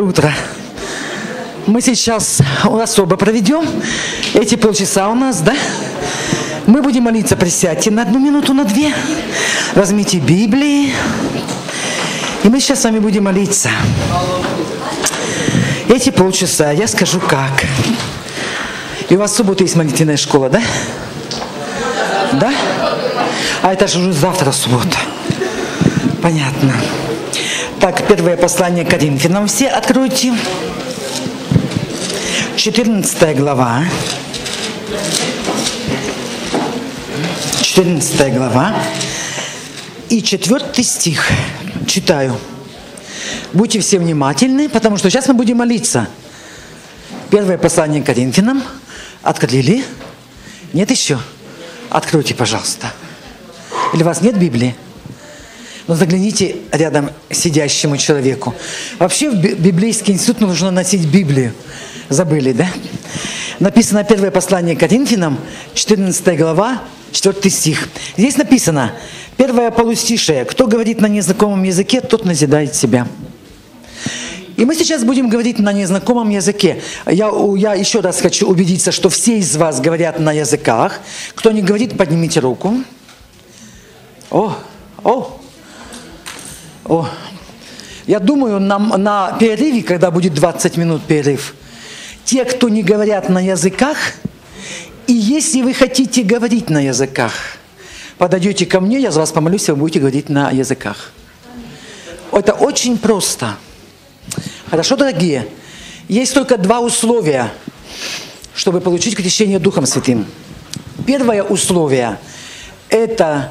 Доброе утро. Мы сейчас особо проведем эти полчаса у нас, да? Мы будем молиться, присядьте на 1 минуту, на 2. Возьмите Библии. И мы сейчас с вами будем молиться. Эти полчаса, я скажу как. И у вас в субботу есть молитвенная школа, да? Да? А это же уже завтра суббота. Понятно. Так, первое послание к Коринфянам. Все откройте. 14 глава. 14 глава. И 4 стих. Читаю. Будьте все внимательны, потому что сейчас мы будем молиться. Первое послание к Коринфянам. Открыли? Нет еще? Откройте, пожалуйста. Или у вас нет Библии? Но загляните рядом сидящему человеку. Вообще в библейский институт нужно носить Библию. Забыли, да? Написано первое послание к Коринфянам, 14 глава, 4 стих. Здесь написано, первое полустишее. Кто говорит на незнакомом языке, тот назидает себя. И мы сейчас будем говорить на незнакомом языке. Я еще раз хочу убедиться, что все из вас говорят на языках. Кто не говорит, поднимите руку. О. Я думаю, на перерыве, когда будет 20 минут перерыв, те, кто не говорят на языках, и если вы хотите говорить на языках, подойдете ко мне, я за вас помолюсь, и вы будете говорить на языках. Это очень просто. Хорошо, дорогие? Есть только 2 условия, чтобы получить крещение Духом Святым. Первое условие – это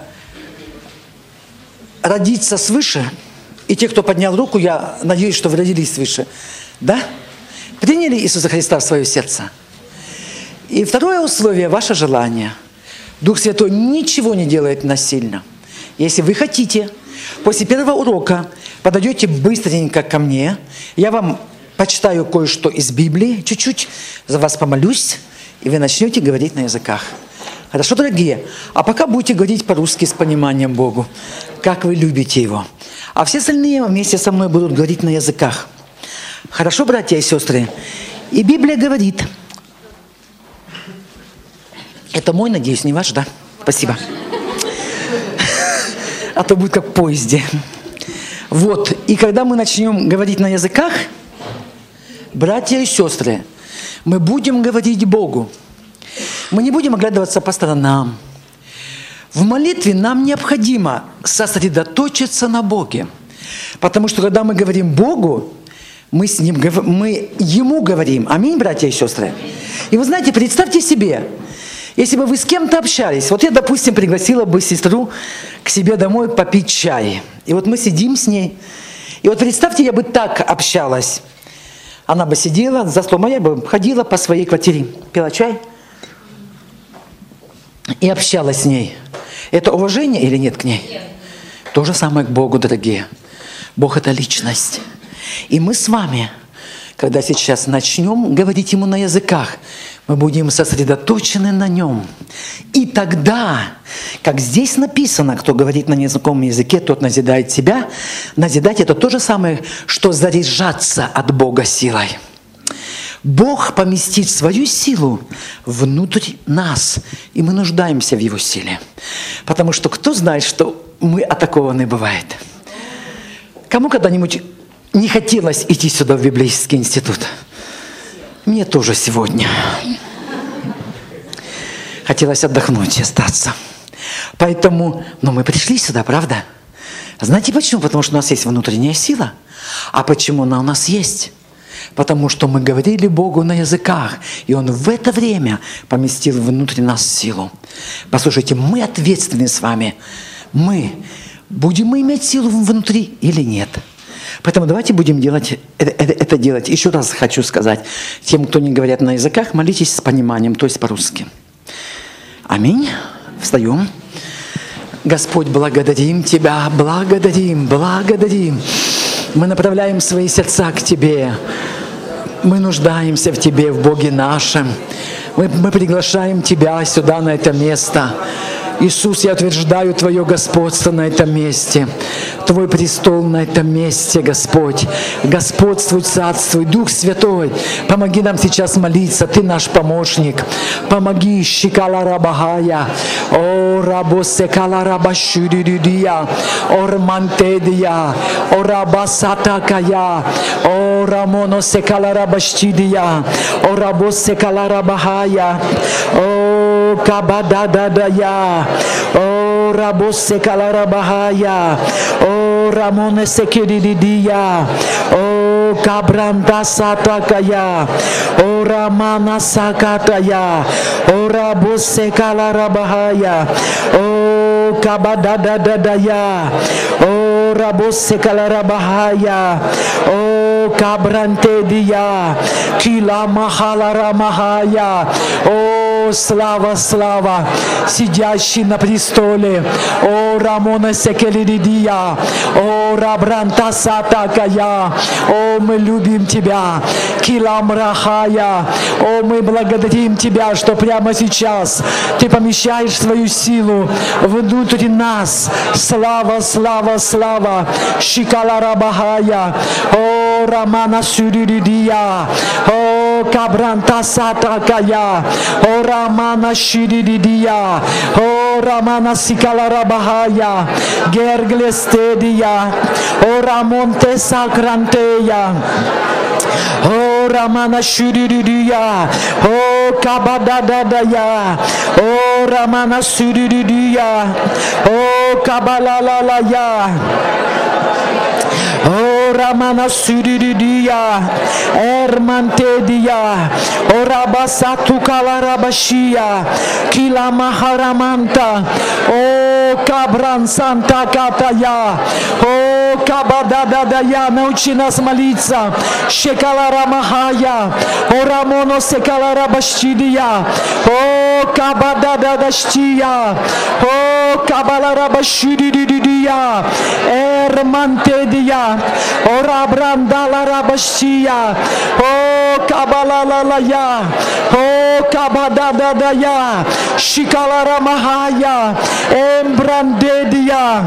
родиться свыше. И те, кто поднял руку, я надеюсь, что вы родились свыше. Да? Приняли Иисуса Христа в свое сердце. И второе условие – ваше желание. Дух Святой ничего не делает насильно. Если вы хотите, после первого урока подойдете быстренько ко мне, я вам почитаю кое-что из Библии, чуть-чуть за вас помолюсь, и вы начнете говорить на языках. Хорошо, дорогие? А пока будете говорить по-русски с пониманием Богу, как вы любите Его. А все остальные вместе со мной будут говорить на языках. Хорошо, братья и сестры? И Библия говорит... Это мой, надеюсь, не ваш, да? Спасибо. А то будет как в поезде. Вот. И когда мы начнем говорить на языках, братья и сестры, мы будем говорить Богу. Мы не будем оглядываться по сторонам. В молитве нам необходимо сосредоточиться на Боге. Потому что когда мы говорим Богу, мы Ему говорим. Аминь, братья и сестры? И вы знаете, представьте себе, если бы вы с кем-то общались, вот я, допустим, пригласила бы сестру к себе домой попить чай. И вот мы сидим с ней. И вот представьте, я бы так общалась. Она бы сидела за столом, а я бы ходила по своей квартире, пила чай и общалась с ней. Это уважение или нет к ней? Нет. То же самое к Богу, дорогие. Бог – это личность. И мы с вами, когда сейчас начнем говорить Ему на языках, мы будем сосредоточены на Нем. И тогда, как здесь написано, кто говорит на незнакомом языке, тот назидает себя. Назидать – это то же самое, что заряжаться от Бога силой. Бог поместит свою силу внутрь нас, и мы нуждаемся в Его силе. Потому что кто знает, что мы атакованы бывает? Кому когда-нибудь не хотелось идти сюда в библейский институт? Мне тоже сегодня. Хотелось отдохнуть и остаться. Поэтому, мы пришли сюда, правда? Знаете почему? Потому что у нас есть внутренняя сила. А почему она у нас есть? Потому что мы говорили Богу на языках, и Он в это время поместил внутрь нас силу. Послушайте, мы ответственны с вами. Будем мы иметь силу внутри или нет? Поэтому давайте будем это делать. Еще раз хочу сказать, тем, кто не говорят на языках, молитесь с пониманием, то есть по-русски. Аминь. Встаем. Господь, благодарим Тебя, благодарим. Мы направляем свои сердца к Тебе. Мы нуждаемся в Тебе, в Боге нашем. Мы приглашаем Тебя сюда, на это место. Иисус, я утверждаю Твое господство на этом месте, Твой престол на этом месте, Господь. Господствуй, царствуй, Дух Святой, помоги нам сейчас молиться, Ты наш помощник. Помоги, Шикала Рабахая, О Рабосе Каларабашуридия, О Рамантедия, О Рабасатакая, О Рамоносе Каларабашидия, О Рабосе Каларабахая, О Кабадададая, О Рабосе Каларабахая, О Рамоне Секиридия, О Кабранда Сатакая, О Рамана Сакатая, О Рабосе Каларабахая, О Кабадададая, О Рабосе Каларабахая, О Кабрантедия, Кила Махаларамахая, О слава, слава, сидящий на престоле, О Рамона Секелидия, О Рабранта Сатакая, О мы любим Тебя, Килам Рахая, О мы благодарим Тебя, что прямо сейчас Ты помещаешь свою силу внутри нас. Слава, слава, слава, Шикала Рабахая, О Рамана Суридия, О Кабранта Сатакая, О Рамана Ширидия, О Рамана Сикала Рабахая, Герглестедия, О Рамонте Сакрантея, О Рамана Ширидия, О Кабадададая, О Рамана Ширидия, О Кабалалалая, О Рамана Суридия, Эрмантедия, О Рабасату Каларабашия, Кила Махараманта, О Кабран Санта Катая, О Кабадададая, научи нас молиться, Шекаларамахая, О Рамоно Секаларабашидия, О Кабадададашия, О Кабаларабашидия, Эрмантедия, О Рабрандала Рабашия, О Кабалалалая, О Кабадададая, Шикаларамахая, Эмбрандедия,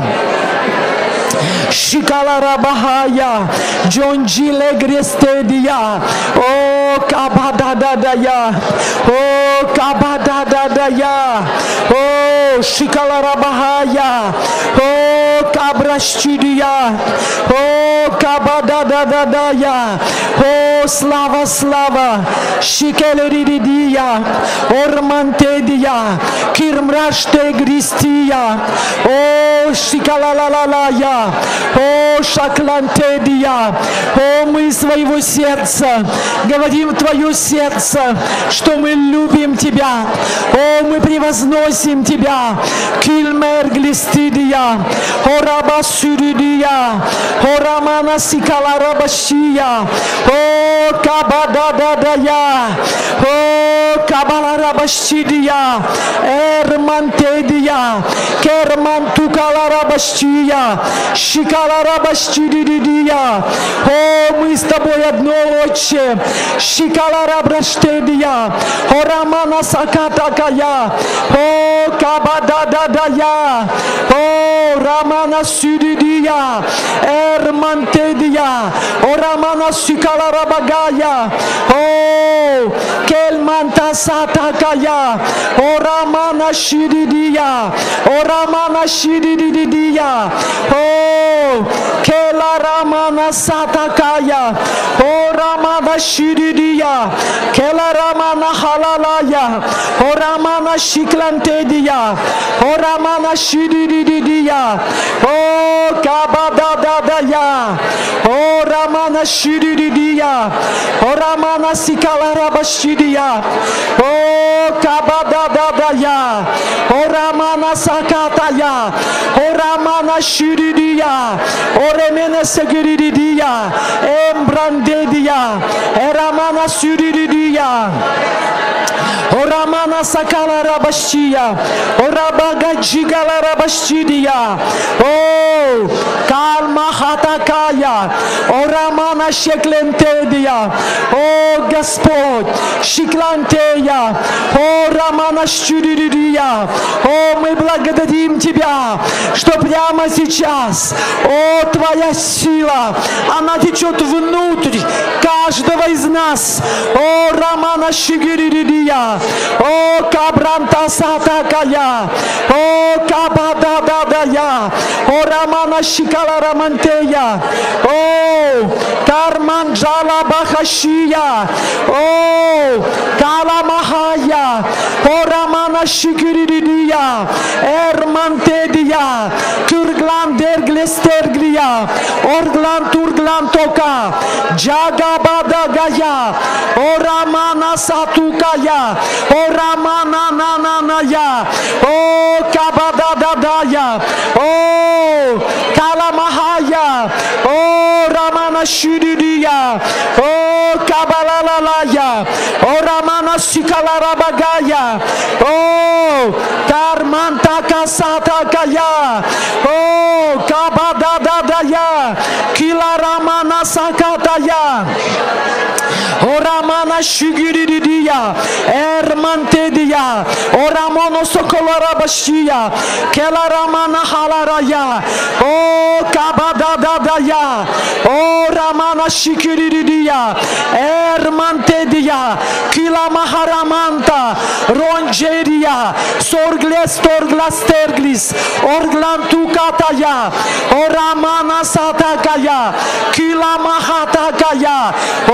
Шикаларабахая, Джонджиле Грестедия, О Кабадададая, О Кабадададая, О Шикаларабахая, О Кабрашчидия, О Кабадададая, О слава, слава, Шикелеридия, Ормантедия, Кирмраште Гристия, О Шикалалалая, О Шаклантедия, О мы своего сердца говорим Твое сердце, что мы любим Тебя, О мы превозносим Тебя, Кильмер Глистидия, О Рабасуридия, О Рамана Сикаларабашия, О Кабадададая, О Кабаларабашидия, Эрмантедия, Кермантукаларабашия, Шикаларабашидия, О мы с Тобой одно, Отче, Шикаларабраштедия, О Рамана Сакатакая, О Кабадададая, О Рамана Сюдидия, Эрмантедия, О Рамана Сикаларабагая, О Кельманта Сатакая, О Рамана Шидидия, О Рамана Шидидия, О Кела Рамана Сатакая, О Рамана Шидидия, Кела Рамана Халалая, О Рамана Шиклантедия, О Рамана Шидидия, О Кабадададая, О Рамана Шидидия, О Рамана Сикаларабашидия, О Кабадададая, О Рамана Сакатая, О Рамана Шидидия, О Ремена Сегиридия, Эмбрандедия, Эрамана Сюридия, Орамана сакала рабашия. Орабагаджигала рабашидия. О, калма хатакая. Орамана шеклентедия. О, Господь, шиклантея. О, рамана щуридия. О, мы благодарим Тебя, что прямо сейчас, о, Твоя сила, она течет внутрь каждого из нас. О, рамана щигиридия. О, кабранта сатакая. О, кабадададая. О, рамана щикала рамантея. О, карманджала бахашия. О, каламахая. О, рамана щигиридия. Эрмантедия. Турглан дерглестерглия. Орглан турглан тока. Джагабадагая. О, рамана сатукая. О, рамана нананая. О, кабадададая. О, каламахая. О, рамана ширидия. О, кабалалалая. О, рамана сикаларабагая. О, карманта касатакая. О, кабадададая. Киларамана сакатая. Орамана шигиридия, эрмантедия, орамоно соколарабашия, келарамана халарая, о кабадададая, о рамана шигиридия, эрмантедия, киламахараманта, ронжерия, сорглес торгластерглис, орглантукатая, орамана сатакая, киламахатакая,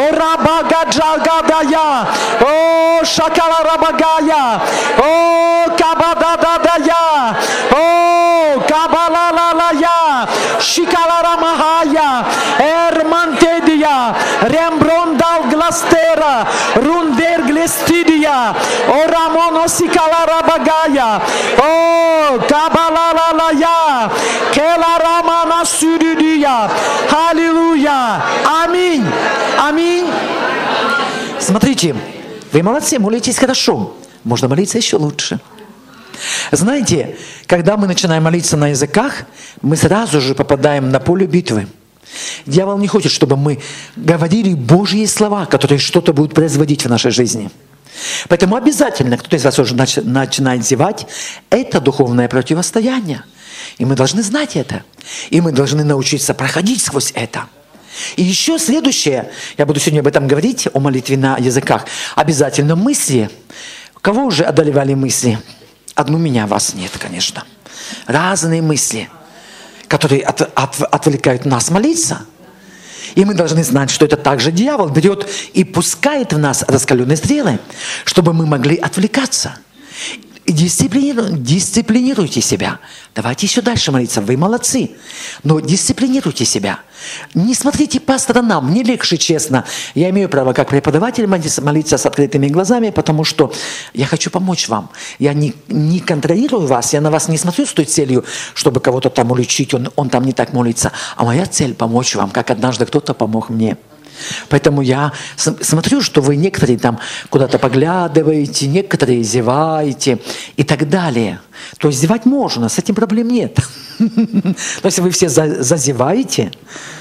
Орабагаджагадая, о шакаларабагая, о кабадададая, о кабалалалая, шикаларамахая, эрмантедия, ремброндал гластера, рундер глестидия, о рамоносикаларабагая, о кабалалалая, келарамана судидия. Аллилуйя. Аминь. Аминь. Смотрите, вы молодцы, молитесь хорошо. Можно молиться еще лучше. Знаете, когда мы начинаем молиться на языках, мы сразу же попадаем на поле битвы. Дьявол не хочет, чтобы мы говорили Божьи слова, которые что-то будут производить в нашей жизни. Поэтому обязательно, кто-то из вас уже начинает зевать, это духовное противостояние. И мы должны знать это. И мы должны научиться проходить сквозь это. И еще следующее, я буду сегодня об этом говорить, о молитве на языках, обязательно мысли. Кого уже одолевали мысли? Одну меня, вас нет, конечно. Разные мысли, которые отвлекают нас молиться. И мы должны знать, что это также дьявол берет и пускает в нас раскаленные стрелы, чтобы мы могли отвлекаться. И дисциплинируйте себя. Давайте еще дальше молиться. Вы молодцы. Но дисциплинируйте себя. Не смотрите по сторонам. Мне легче, честно. Я имею право как преподаватель молиться с открытыми глазами, потому что я хочу помочь вам. Я не контролирую вас. Я на вас не смотрю с той целью, чтобы кого-то там уличить. Он там не так молится. А моя цель — помочь вам, как однажды кто-то помог мне. Поэтому я смотрю, что вы некоторые там куда-то поглядываете, некоторые зеваете и так далее. То есть зевать можно, с этим проблем нет. Но если вы все зазеваете,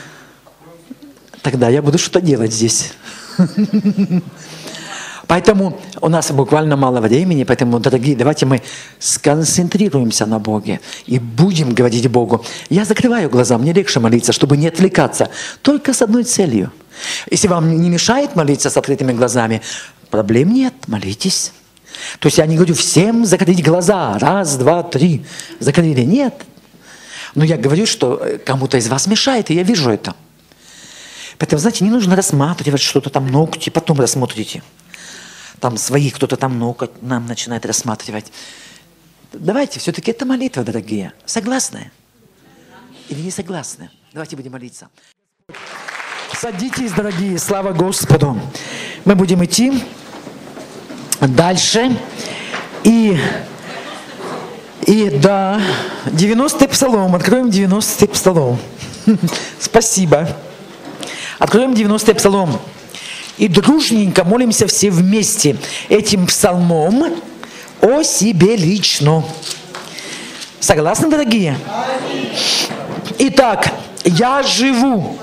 тогда я буду что-то делать здесь. Поэтому у нас буквально мало времени, поэтому, дорогие, давайте мы сконцентрируемся на Боге и будем говорить Богу. Я закрываю глаза, мне легче молиться, чтобы не отвлекаться, только с одной целью. Если вам не мешает молиться с открытыми глазами, проблем нет, молитесь. То есть я не говорю всем закрыть глаза, 1, 2, 3, закрыли, нет. Но я говорю, что кому-то из вас мешает, и я вижу это. Поэтому, знаете, не нужно рассматривать что-то там, ногти, потом рассмотрите. Там своих кто-то там ноготь нам начинает рассматривать. Давайте, все-таки это молитва, дорогие. Согласны? Или не согласны? Давайте будем молиться. Садитесь, дорогие, слава Господу. Мы будем идти дальше. И да, 90-й псалом. Откроем 90-й псалом. Спасибо. Откроем 90-й псалом. И дружненько молимся все вместе этим псалмом о себе лично. Согласны, дорогие? Итак, я живу.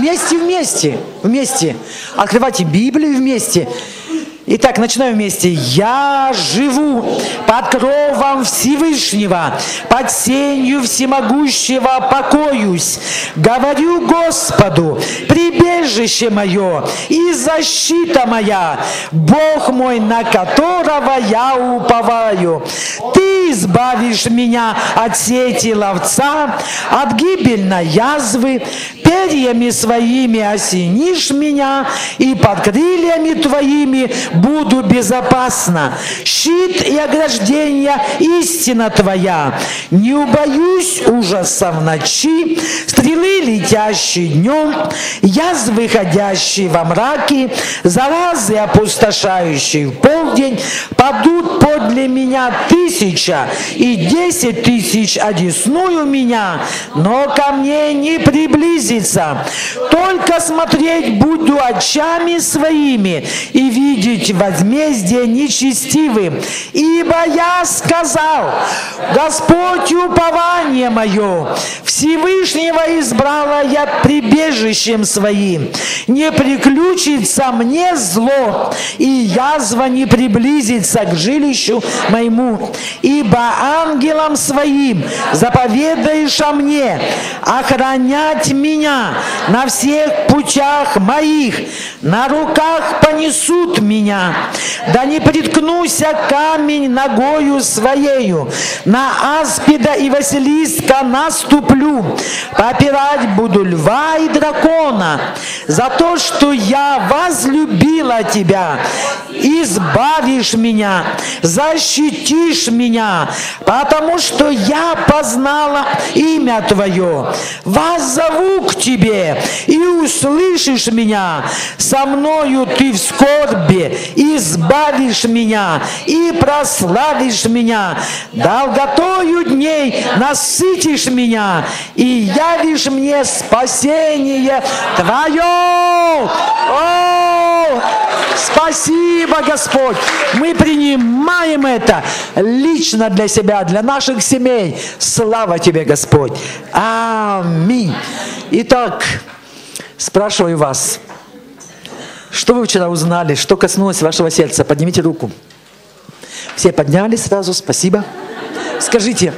Вместе. Открывайте Библию вместе. Итак, начинаем вместе. Я живу под кровом Всевышнего, под сенью всемогущего покоюсь. Говорю Господу, прибежище мое и защита моя, Бог мой, на которого я уповаю. Ты избавишь меня от сети ловца, от гибельной язвы, перьями своими осенишь меня, и под крыльями твоими буду безопасна. Щит и ограждение истина твоя. Не убоюсь ужаса в ночи, стрелы, летящие днем, язвы, ходящие во мраке, заразы, опустошающие в полдень. Падут подле меня 1000 и 10 000 одесную меня, но ко мне не приблизится. Только смотреть буду очами своими и видеть возмездие нечестивым. Ибо я сказал, Господь упование мое, Всевышнего избрала я прибежищем своим. Не приключится мне зло, и язва не приблизится к жилищу моему. Ибо ангелам своим заповедаешь о мне охранять меня на всех путях моих, на руках понесут меня, да не приткнуся камень ногою своею, на аспида и василиска наступлю, попирать буду льва и дракона, за то, что я возлюбила тебя, избавишь меня, защитишь меня, потому что я познала имя Твое, воззову к Тебе, и услышишь меня, со мною Ты в скорби, избавишь меня, и прославишь меня, долготою дней насытишь меня, и явишь мне спасение Твое. О, спасибо, Господь! Мы принимаем это лично для себя, для наших семей. Слава Тебе, Господь! Аминь! Итак, спрашиваю вас, что вы вчера узнали, что коснулось вашего сердца? Поднимите руку. Все подняли сразу, спасибо. Скажите.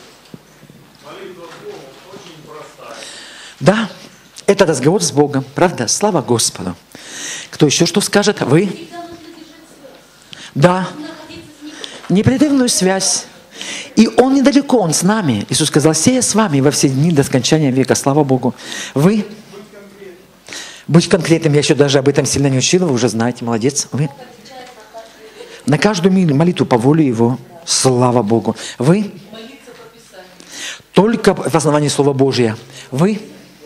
Да, это разговор с Богом, правда? Слава Господу. Кто еще что скажет? Вы? Да. Непрерывную связь. И Он недалеко, Он с нами. Иисус сказал, сея с вами во все дни до скончания века. Слава Богу. Вы? Будь конкретным. Я еще даже об этом сильно не учила. Вы уже знаете. Молодец. Вы? На каждую молитву по воле Его. Слава Богу. Вы? Только в основании Слова Божия. Вы?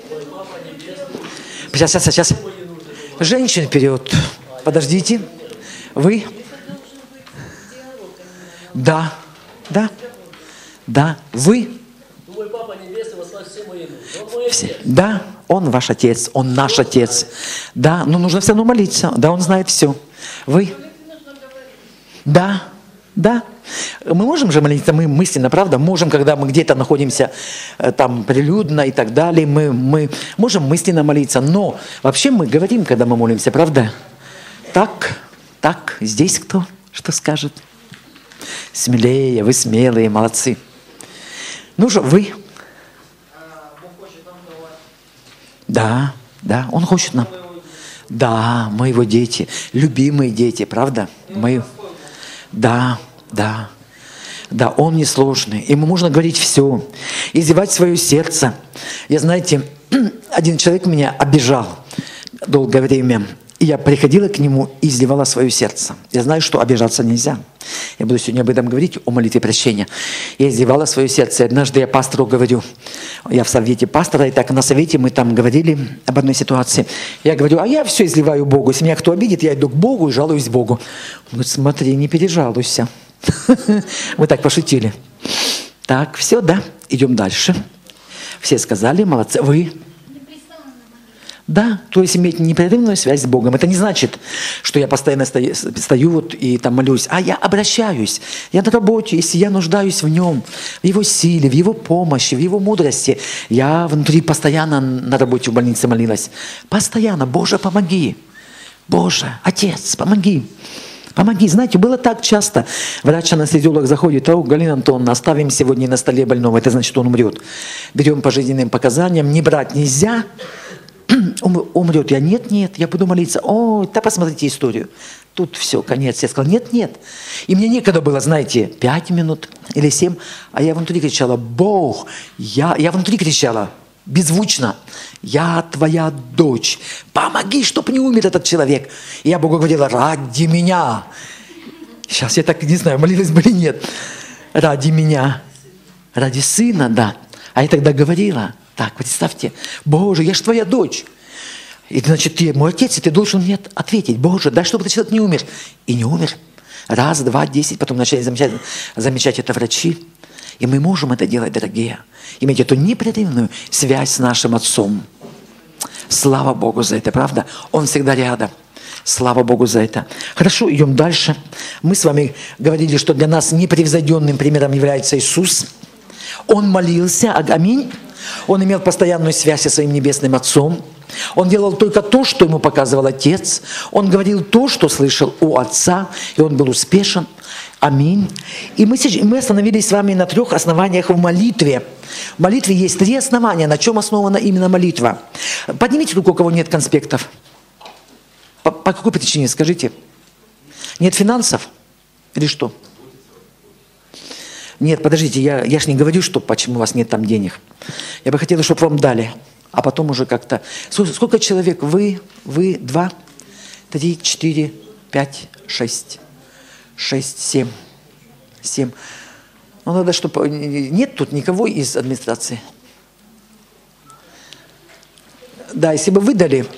Сейчас. Женщин вперед. Подождите. Вы? Да. Вы? Да, Он ваш Отец, Он наш Отец. Да, но нужно все равно молиться. Да, Он знает все. Вы? Да. Мы можем же молиться, мы мысленно, правда? Можем, когда мы где-то находимся там прилюдно и так далее, мы можем мысленно молиться. Но вообще мы говорим, когда мы молимся, правда? Так, здесь кто? Что скажет? Смелее, вы смелые, молодцы. Ну же, вы? Да, Он хочет нам. Да, мы Его дети, любимые дети, правда? Мы. Да, Он несложный. Ему можно говорить все, изливать свое сердце. Знаете, один человек меня обижал долгое время. И я приходила к нему и изливала свое сердце. Я знаю, что обижаться нельзя. Я буду сегодня об этом говорить, о молитве прощения. Я изливала свое сердце. Однажды я пастору говорю, я в совете пастора, и так на совете мы там говорили об одной ситуации. Я говорю, а я все изливаю Богу. Если меня кто обидит, я иду к Богу и жалуюсь Богу. Он говорит, смотри, не пережалуйся. Мы так пошутили. Так, все, да, идем дальше. Все сказали, молодцы. Вы? Да, то есть иметь непрерывную связь с Богом. Это не значит, что я постоянно стою вот и там молюсь, а я обращаюсь. Я на работе, если я нуждаюсь в Нем, в Его силе, в Его помощи, в Его мудрости. Я внутри постоянно на работе в больнице молилась. Постоянно. Боже, помоги. Боже, Отец, помоги. Помоги. Знаете, было так часто. Врач-анестезиолог заходит: Галина Антоновна, оставим сегодня на столе больного. Это значит, он умрет. Берем по жизненным показаниям. Не брать нельзя. Умрет. Я: нет, я буду молиться. Ой, да посмотрите историю. Тут все, конец. Я сказал: нет. И мне некогда было, знаете, 5 минут или 7. А я внутри кричала: Бог, я внутри кричала, беззвучно: я твоя дочь. Помоги, чтобы не умер этот человек. И я Богу говорила: ради меня. Сейчас я так не знаю, молилась бы или нет. Ради меня. Ради сына, да. А я тогда говорила: так, представьте, Боже, я же твоя дочь. И значит, ты мой отец, и ты должен мне ответить: Боже, дай, чтобы этот человек не умер. И не умер. 1, 2, 10, потом начали замечать это врачи. И мы можем это делать, дорогие. Иметь эту непрерывную связь с нашим Отцом. Слава Богу за это, правда? Он всегда рядом. Слава Богу за это. Хорошо, идем дальше. Мы с вами говорили, что для нас непревзойденным примером является Иисус. Он молился, аминь. Он имел постоянную связь со своим Небесным Отцом. Он делал только то, что ему показывал Отец. Он говорил то, что слышал у Отца, и он был успешен. Аминь. И мы остановились с вами на 3 основаниях в молитве. В молитве есть 3 основания. На чем основана именно молитва? Поднимите руку, у кого нет конспектов. По какой причине, скажите? Нет финансов? Или что? Нет, подождите, я ж не говорю, что почему у вас нет там денег. Я бы хотела, чтобы вам дали, а потом уже как-то... Сколько человек? Вы, 2, 3, 4, 5, 6, 7. Ну, надо, чтобы... Нет тут никого из администрации? Да, если бы вы дали...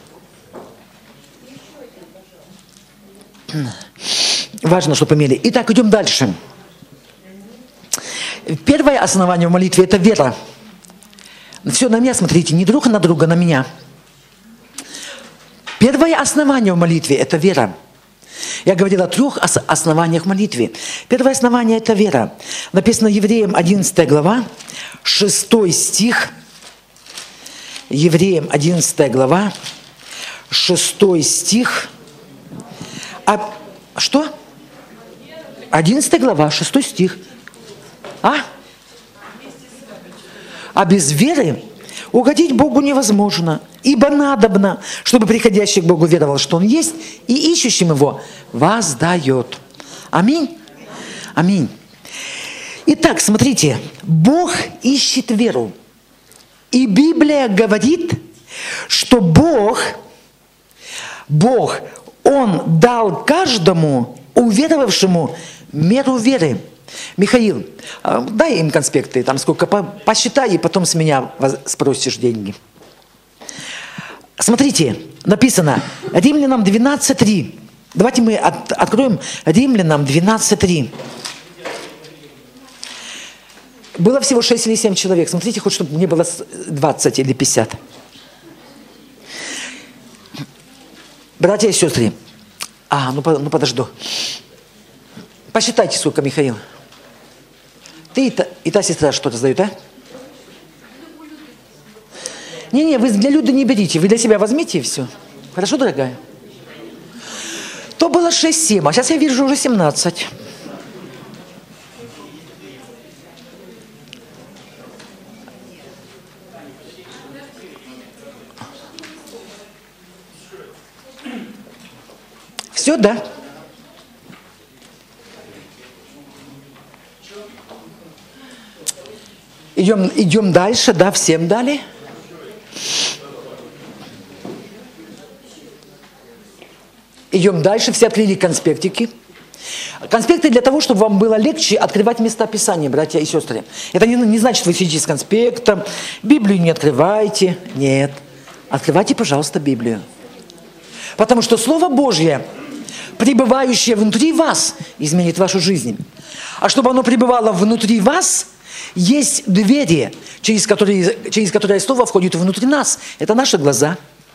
Важно, чтобы имели. Итак, идем дальше. Первое основание в молитве – это вера. Все на меня смотрите, не друг на друга, на меня. Первое основание в молитве – это вера. Я говорил о 3 основаниях в молитве. Первое основание – это вера. Написано Евреям 11 глава, 6 стих. Евреям 11 глава, 6 стих. Что? 11 глава, 6 стих. А без веры угодить Богу невозможно, ибо надобно, чтобы приходящий к Богу веровал, что Он есть, и ищущим Его воздает. Аминь. Аминь. Итак, смотрите, Бог ищет веру. И Библия говорит, что Бог, Он дал каждому уверовавшему меру веры. Михаил, дай им конспекты, там сколько, посчитай, и потом с меня спросишь деньги. Смотрите, написано, Римлянам 12:3. Давайте мы откроем Римлянам 12:3. Было всего 6 или 7 человек. Смотрите, хоть чтобы не было 20 или 50. Братья и сестры. Ну подожду. Посчитайте, сколько, Михаил. Ты и та сестра что-то сдают, а? Не, вы для Люды не берите. Вы для себя возьмите и все. Хорошо, дорогая? То было 6-7, а сейчас я вижу уже 17. Все, да? Идем дальше, да, всем дали? Идем дальше, все открыли конспектики. Конспекты для того, чтобы вам было легче открывать места Писания, братья и сестры. Это не значит, вы сидите с конспектом, Библию не открывайте. Нет, открывайте, пожалуйста, Библию. Потому что Слово Божье, пребывающее внутри вас, изменит вашу жизнь. А чтобы оно пребывало внутри вас, есть двери, через которые Слово входит внутрь нас. Это наши глаза,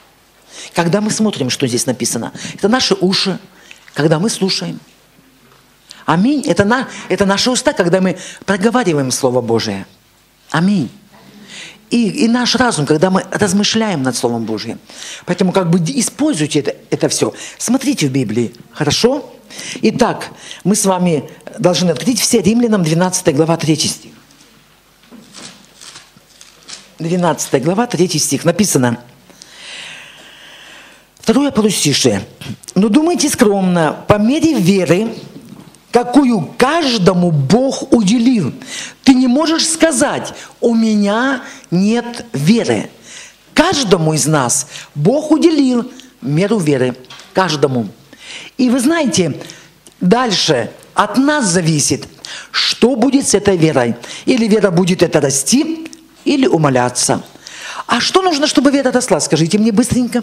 когда мы смотрим, что здесь написано. Это наши уши, когда мы слушаем. Аминь. Это наши уста, когда мы проговариваем Слово Божие. Аминь. И наш разум, когда мы размышляем над Словом Божьим. Поэтому как бы используйте это все. Смотрите в Библии. Хорошо? Итак, мы с вами должны открыть все Римлянам 12 глава 3 стих. 12 глава 3 стих. Написано. Второе полустишее. «Но думайте скромно, по мере веры, какую каждому Бог уделил. Ты не можешь сказать, у меня нет веры». Каждому из нас Бог уделил меру веры. Каждому. И вы знаете, дальше от нас зависит, что будет с этой верой. Или вера будет это расти, или умаляться. А что нужно, чтобы вера росла? Скажите мне быстренько.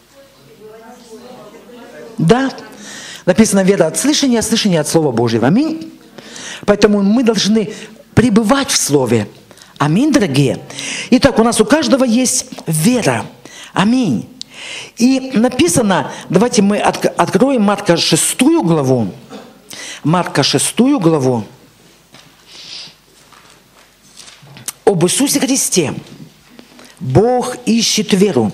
Да. Написано вера от слышания, а слышание от Слова Божьего. Аминь. Поэтому мы должны пребывать в Слове. Аминь, дорогие. Итак, у нас у каждого есть вера. Аминь. И написано, давайте мы откроем Марка 6 главу. Марка 6 главу. Об Иисусе Христе. Бог ищет веру.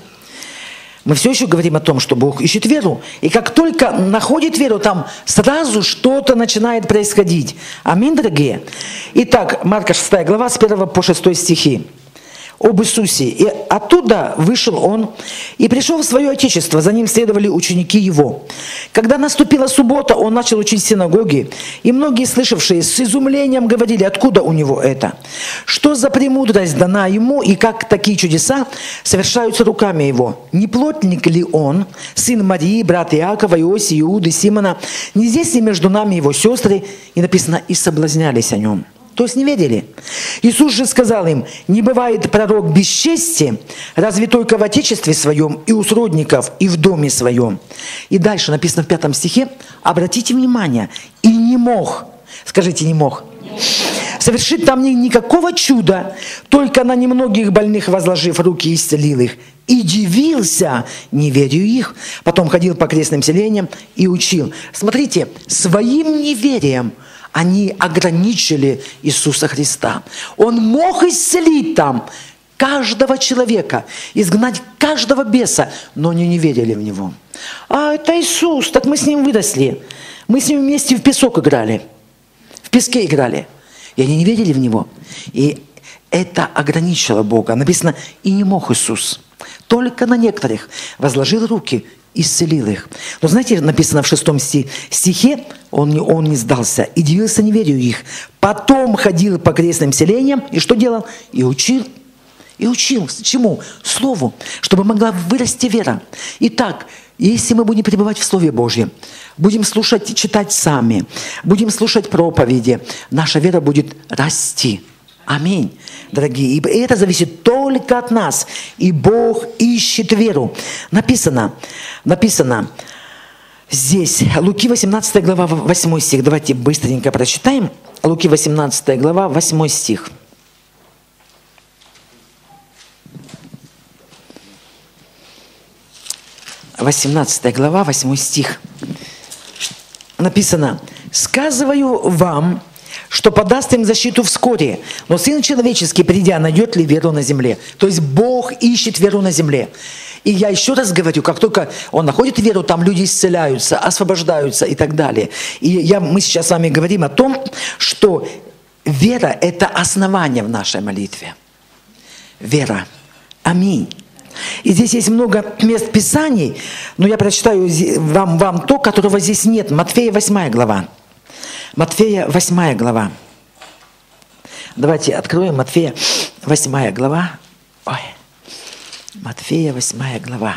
Мы все еще говорим о том, что Бог ищет веру. И как только находит веру, там сразу что-то начинает происходить. Аминь, дорогие. Итак, Марка 6 глава с 1 по 6 стихи. Об Иисусе. «И оттуда вышел Он, и пришел в свое Отечество, за Ним следовали ученики Его. Когда наступила суббота, Он начал учить в синагоге, и многие, слышавшие, с изумлением говорили, откуда у Него это? Что за премудрость дана Ему, и как такие чудеса совершаются руками Его? Не плотник ли Он, сын Марии, брат Иакова, Иосии, Иуды, Симона? Не здесь ли между нами Его сестры?» И написано, и соблазнялись о Нем. То есть не верили. Иисус же сказал им, не бывает пророк без чести, разве только в отечестве своем, и у сродников, и в доме своем. И дальше написано в 5 стихе, обратите внимание, и не мог, скажите, не мог, совершить там никакого чуда, только на немногих больных возложив руки исцелил их. И дивился неверию их. Потом ходил по окрестным селениям и учил. Смотрите, своим неверием они ограничили Иисуса Христа. Он мог исцелить там каждого человека, изгнать каждого беса, но они не верили в Него. А это Иисус, так мы с Ним выросли. Мы с Ним вместе в песок играли, в песке играли. И они не верили в Него. И это ограничило Бога. Написано, и не мог Иисус. Только на некоторых возложил руки, исцелил их. Но знаете, написано в 6 стихе, он не сдался и дивился неверию их. Потом ходил по окрестным селениям, и что делал? И учил. И учил. Чему? Слову, чтобы могла вырасти вера. Итак, если мы будем пребывать в Слове Божьем, будем слушать и читать сами, будем слушать проповеди, наша вера будет расти. Аминь, дорогие. И это зависит только от нас. И Бог ищет веру. Написано здесь, Луки 18 глава, 8 стих. Давайте быстренько прочитаем. Луки 18 глава, 8 стих. Восемнадцатая глава, 8 стих. Написано: «Сказываю вам, что подаст им защиту вскоре, но Сын Человеческий, придя, найдет ли веру на земле?» То есть Бог ищет веру на земле. И я еще раз говорю, как только Он находит веру, там люди исцеляются, освобождаются и так далее. И мы сейчас с вами говорим о том, что вера – это основание в нашей молитве. Вера. Аминь. И здесь есть много мест Писаний, но я прочитаю вам то, которого здесь нет. Матфея 8 глава. Матфея 8 глава. Давайте откроем Матфея 8 глава. Ой. Матфея 8 глава.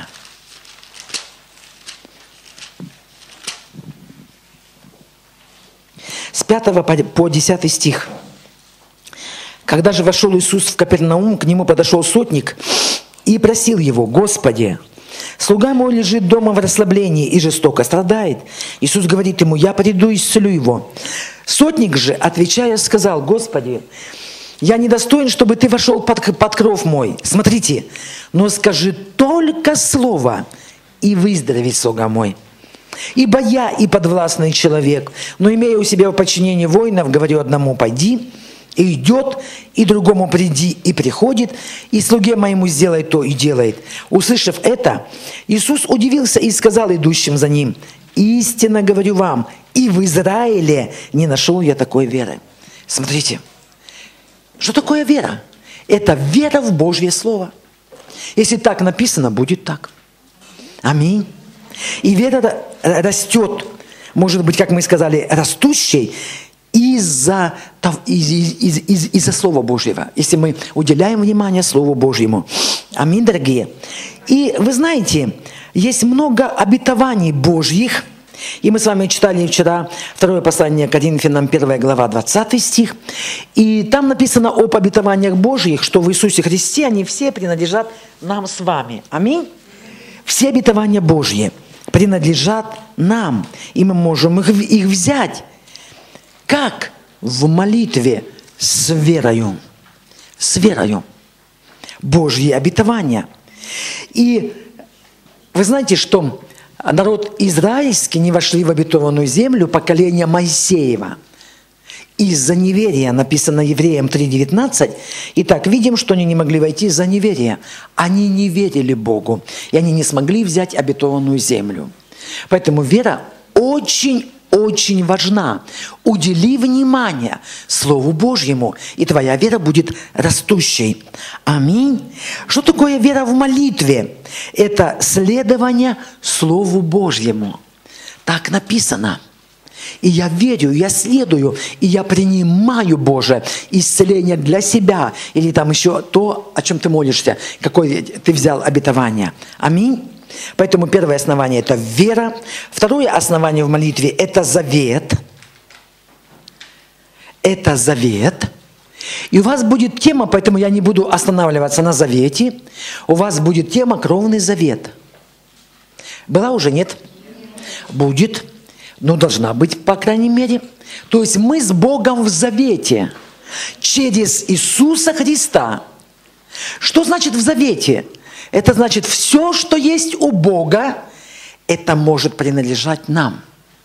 С 5 по 10 стих. «Когда же вошел Иисус в Капернаум, к Нему подошел сотник и просил Его: Господи, слуга мой лежит дома в расслаблении и жестоко страдает. Иисус говорит ему: я приду и исцелю его. Сотник же, отвечая, сказал: Господи, я недостоин, чтобы ты вошел под кров мой. Смотрите, но скажи только слово, и выздоровит слуга мой. Ибо я и подвластный человек, но имея у себя в подчинении воинов, говорю одному: пойди, и идет, и другому: приди, и приходит, и слуге моему: сделай то, и делает. Услышав это, Иисус удивился и сказал идущим за ним: истинно говорю вам, и в Израиле не нашел я такой веры. Смотрите, что такое вера? Это вера в Божье Слово. Если так написано, будет так. Аминь. И вера растет, может быть, как мы сказали, растущей из-за Слова Божьего, если мы уделяем внимание Слову Божьему. Аминь, дорогие. И вы знаете, есть много обетований Божьих, и мы с вами читали вчера второе послание к Коринфянам, 1 глава, 20 стих, и там написано об обетованиях Божьих, что в Иисусе Христе они все принадлежат нам с вами. Аминь. Все обетования Божьи принадлежат нам, и мы можем их взять. Как? В молитве с верою. С верою. Божьи обетования. И вы знаете, что народ израильский не вошли в обетованную землю поколения Моисеева. Из-за неверия, написано Евреям 3:19. Итак, видим, что они не могли войти из-за неверия. Они не верили Богу, и они не смогли взять обетованную землю. Поэтому вера очень важна. Удели внимание Слову Божьему, и твоя вера будет растущей. Аминь. Что такое вера в молитве? Это следование Слову Божьему. Так написано. И я верю, я следую, и я принимаю Божие исцеление для себя. Или там еще то, о чем ты молишься, какое ты взял обетование. Аминь. Поэтому первое основание – это вера. Второе основание в молитве – это завет. Это завет. И у вас будет тема, поэтому я не буду останавливаться на завете. У вас будет тема «Кровный завет». Была уже? Нет? Будет. Ну, должна быть, по крайней мере. То есть мы с Богом в завете через Иисуса Христа. Что значит в завете? Это значит, все, что есть у Бога, это может принадлежать нам.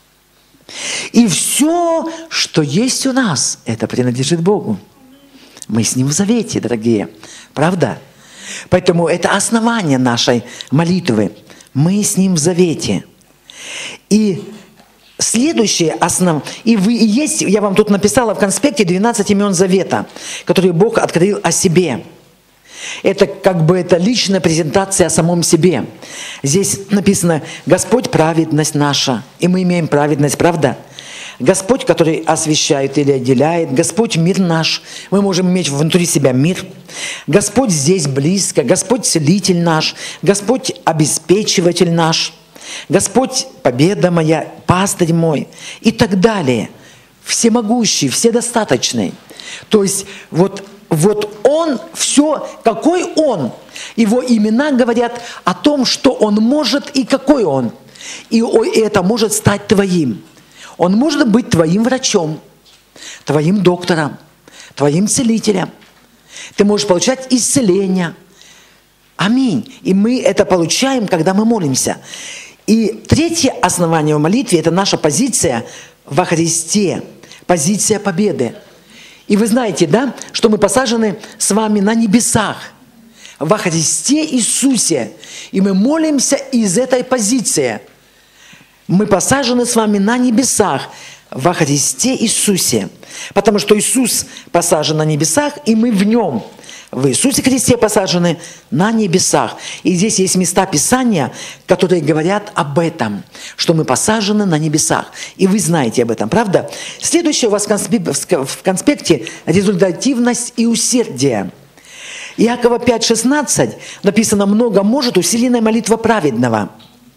И все, что есть у нас, это принадлежит Богу. Мы с Ним в завете, дорогие. Правда? Поэтому это основание нашей молитвы. Мы с Ним в завете. И следующее есть, я вам тут написала в конспекте 12 имен завета, которые Бог открыл о себе. Это это личная презентация о самом себе. Здесь написано: Господь праведность наша, и мы имеем праведность, правда? Господь, который освящает или отделяет, Господь мир наш, мы можем иметь внутри себя мир. Господь здесь близко, Господь целитель наш, Господь обеспечиватель наш, Господь победа моя, пастырь мой и так далее. Всемогущий, вседостаточный. То есть вот Он, все, какой Он. Его имена говорят о том, что Он может и какой Он. И это может стать твоим. Он может быть твоим врачом, твоим доктором, твоим целителем. Ты можешь получать исцеление. Аминь. И мы это получаем, когда мы молимся. И третье основание в молитве – это наша позиция во Христе. Позиция победы. И вы знаете, да, что мы посажены с вами на небесах, во Христе Иисусе. И мы молимся из этой позиции. Мы посажены с вами на небесах, во Христе Иисусе. Потому что Иисус посажен на небесах, и мы в Нем. В Иисусе Христе посажены на небесах. И здесь есть места Писания, которые говорят об этом, что мы посажены на небесах. И вы знаете об этом, правда? Следующее у вас в конспекте – результативность и усердие. Иакова 5:16 написано: «Много может усиленная молитва праведного».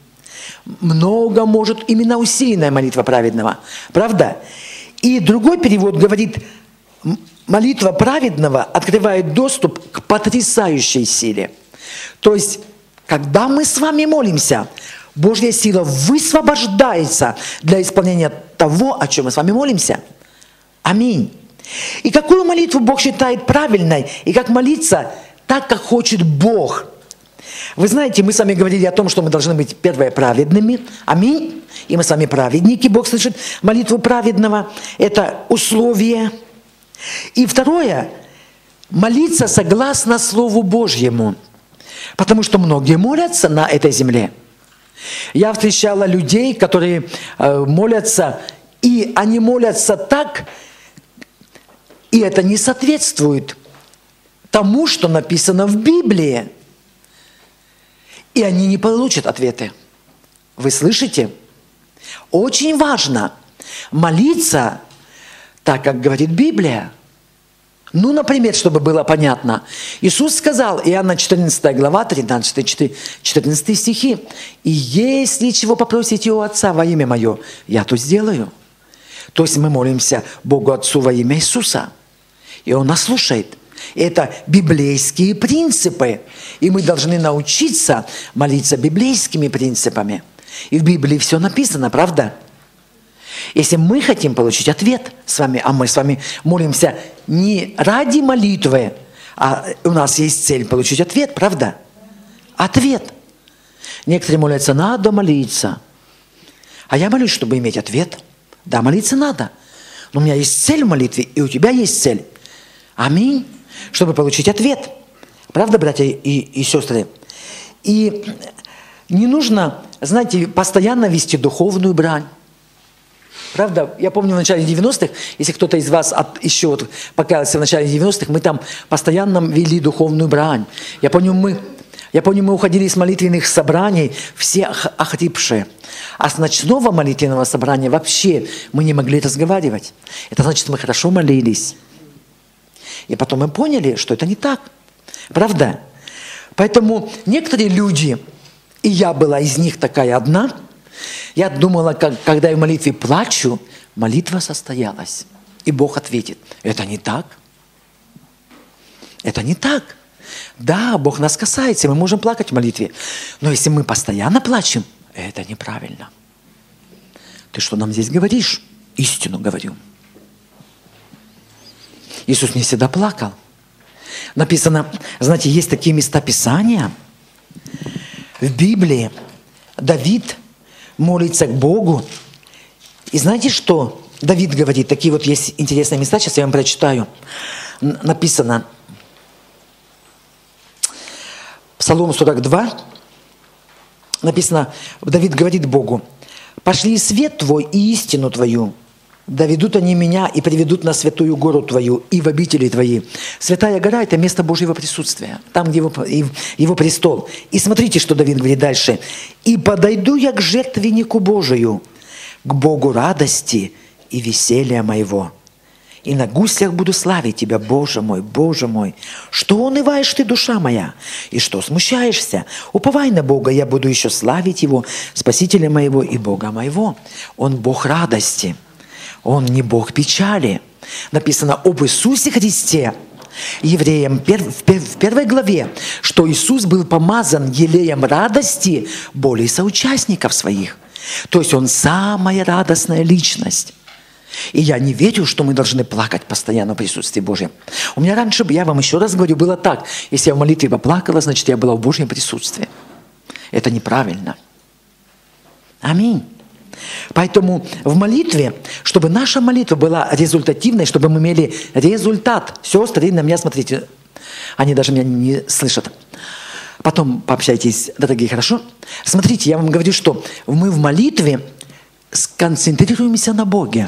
Много может именно усиленная молитва праведного. Правда? И другой перевод говорит: молитва праведного открывает доступ к потрясающей силе. То есть, когда мы с вами молимся, Божья сила высвобождается для исполнения того, о чем мы с вами молимся. Аминь. И какую молитву Бог считает правильной, и как молиться так, как хочет Бог. Вы знаете, мы с вами говорили о том, что мы должны быть, первое, праведными. Аминь. И мы с вами праведники. Бог слышит молитву праведного. Это условие. И второе, молиться согласно Слову Божьему. Потому что многие молятся на этой земле. Я встречала людей, которые молятся, и они молятся так, и это не соответствует тому, что написано в Библии. И они не получат ответы. Вы слышите? Очень важно молиться так, как говорит Библия. Ну, например, чтобы было понятно. Иисус сказал, Иоанна 14 глава, 13-14 стихи, «И если чего попросите у Отца во имя Мое, я то сделаю». То есть мы молимся Богу Отцу во имя Иисуса. И Он нас слушает. Это библейские принципы. И мы должны научиться молиться библейскими принципами. И в Библии все написано, правда? Если мы хотим получить ответ с вами, а мы с вами молимся не ради молитвы, а у нас есть цель получить ответ, правда? Ответ. Некоторые молятся, надо молиться. А я молюсь, чтобы иметь ответ. Да, молиться надо. Но у меня есть цель в молитве, и у тебя есть цель. Аминь. Чтобы получить ответ. Правда, братья и сестры? И не нужно, знаете, постоянно вести духовную брань. Правда, я помню в начале 90-х, если кто-то из вас еще вот покаялся в начале 90-х, мы там постоянно вели духовную брань. Я помню, мы уходили с молитвенных собраний, все охрипшие. А с ночного молитвенного собрания вообще мы не могли разговаривать. Это значит, мы хорошо молились. И потом мы поняли, что это не так. Правда? Поэтому некоторые люди, и я была из них такая одна, я думала, когда я в молитве плачу, молитва состоялась. И Бог ответит, это не так. Это не так. Да, Бог нас касается, мы можем плакать в молитве. Но если мы постоянно плачем, это неправильно. Ты что нам здесь говоришь? Истину говорю. Иисус не всегда плакал. Написано, знаете, есть такие места Писания. В Библии Давид молится к Богу. И знаете, что Давид говорит? Такие вот есть интересные места, сейчас я вам прочитаю. Написано, Псалом 42, написано, Давид говорит Богу, «Пошли свет Твой и истину Твою, доведут они меня и приведут на святую гору Твою и в обители Твои». Святая гора – это место Божьего присутствия, там, где его престол. И смотрите, что Давид говорит дальше. «И подойду я к жертвеннику Божию, к Богу радости и веселья моего. И на гуслях буду славить Тебя, Боже мой, что унываешь Ты, душа моя, и что смущаешься? Уповай на Бога, я буду еще славить Его, Спасителя моего и Бога моего». Он Бог радости. Он не Бог печали. Написано об Иисусе Христе, Евреям в 1 главе, что Иисус был помазан елеем радости более соучастников своих. То есть Он самая радостная личность. И я не верю, что мы должны плакать постоянно в присутствии Божьем. У меня раньше, я вам еще раз говорю, было так. Если я в молитве поплакала, значит, я была в Божьем присутствии. Это неправильно. Аминь. Поэтому в молитве, чтобы наша молитва была результативной, чтобы мы имели результат. Сестры, на меня смотрите, они даже меня не слышат. Потом пообщайтесь, дорогие, хорошо? Смотрите, я вам говорю, что мы в молитве сконцентрируемся на Боге.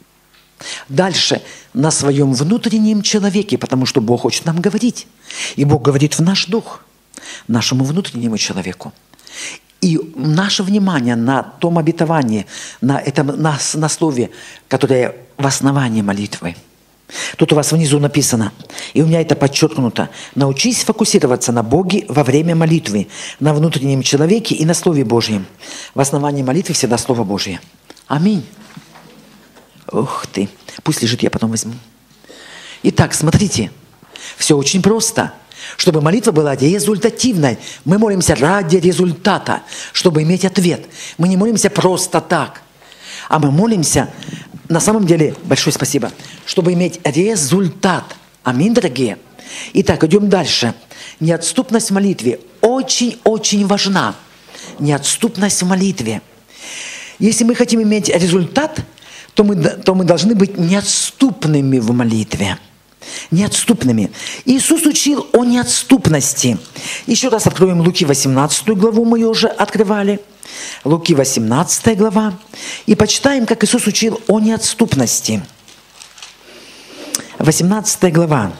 Дальше на своем внутреннем человеке, потому что Бог хочет нам говорить. И Бог говорит в наш дух, нашему внутреннему человеку. И наше внимание на том обетовании, на слове, которое в основании молитвы. Тут у вас внизу написано, и у меня это подчеркнуто, научись фокусироваться на Боге во время молитвы, на внутреннем человеке и на Слове Божьем. В основании молитвы всегда Слово Божье. Аминь. Ух ты. Пусть лежит, я потом возьму. Итак, смотрите. Все очень просто. Чтобы молитва была результативной. Мы молимся ради результата, чтобы иметь ответ. Мы не молимся просто так. А мы молимся, на самом деле, большое спасибо, чтобы иметь результат. Аминь, дорогие. Итак, идем дальше. Неотступность в молитве очень-очень важна. Неотступность в молитве. Если мы хотим иметь результат, то мы должны быть неотступными в молитве. Неотступными. Иисус учил о неотступности. Еще раз откроем Луки 18 главу, мы ее уже открывали. Луки 18 глава. И почитаем, как Иисус учил о неотступности. 18 глава.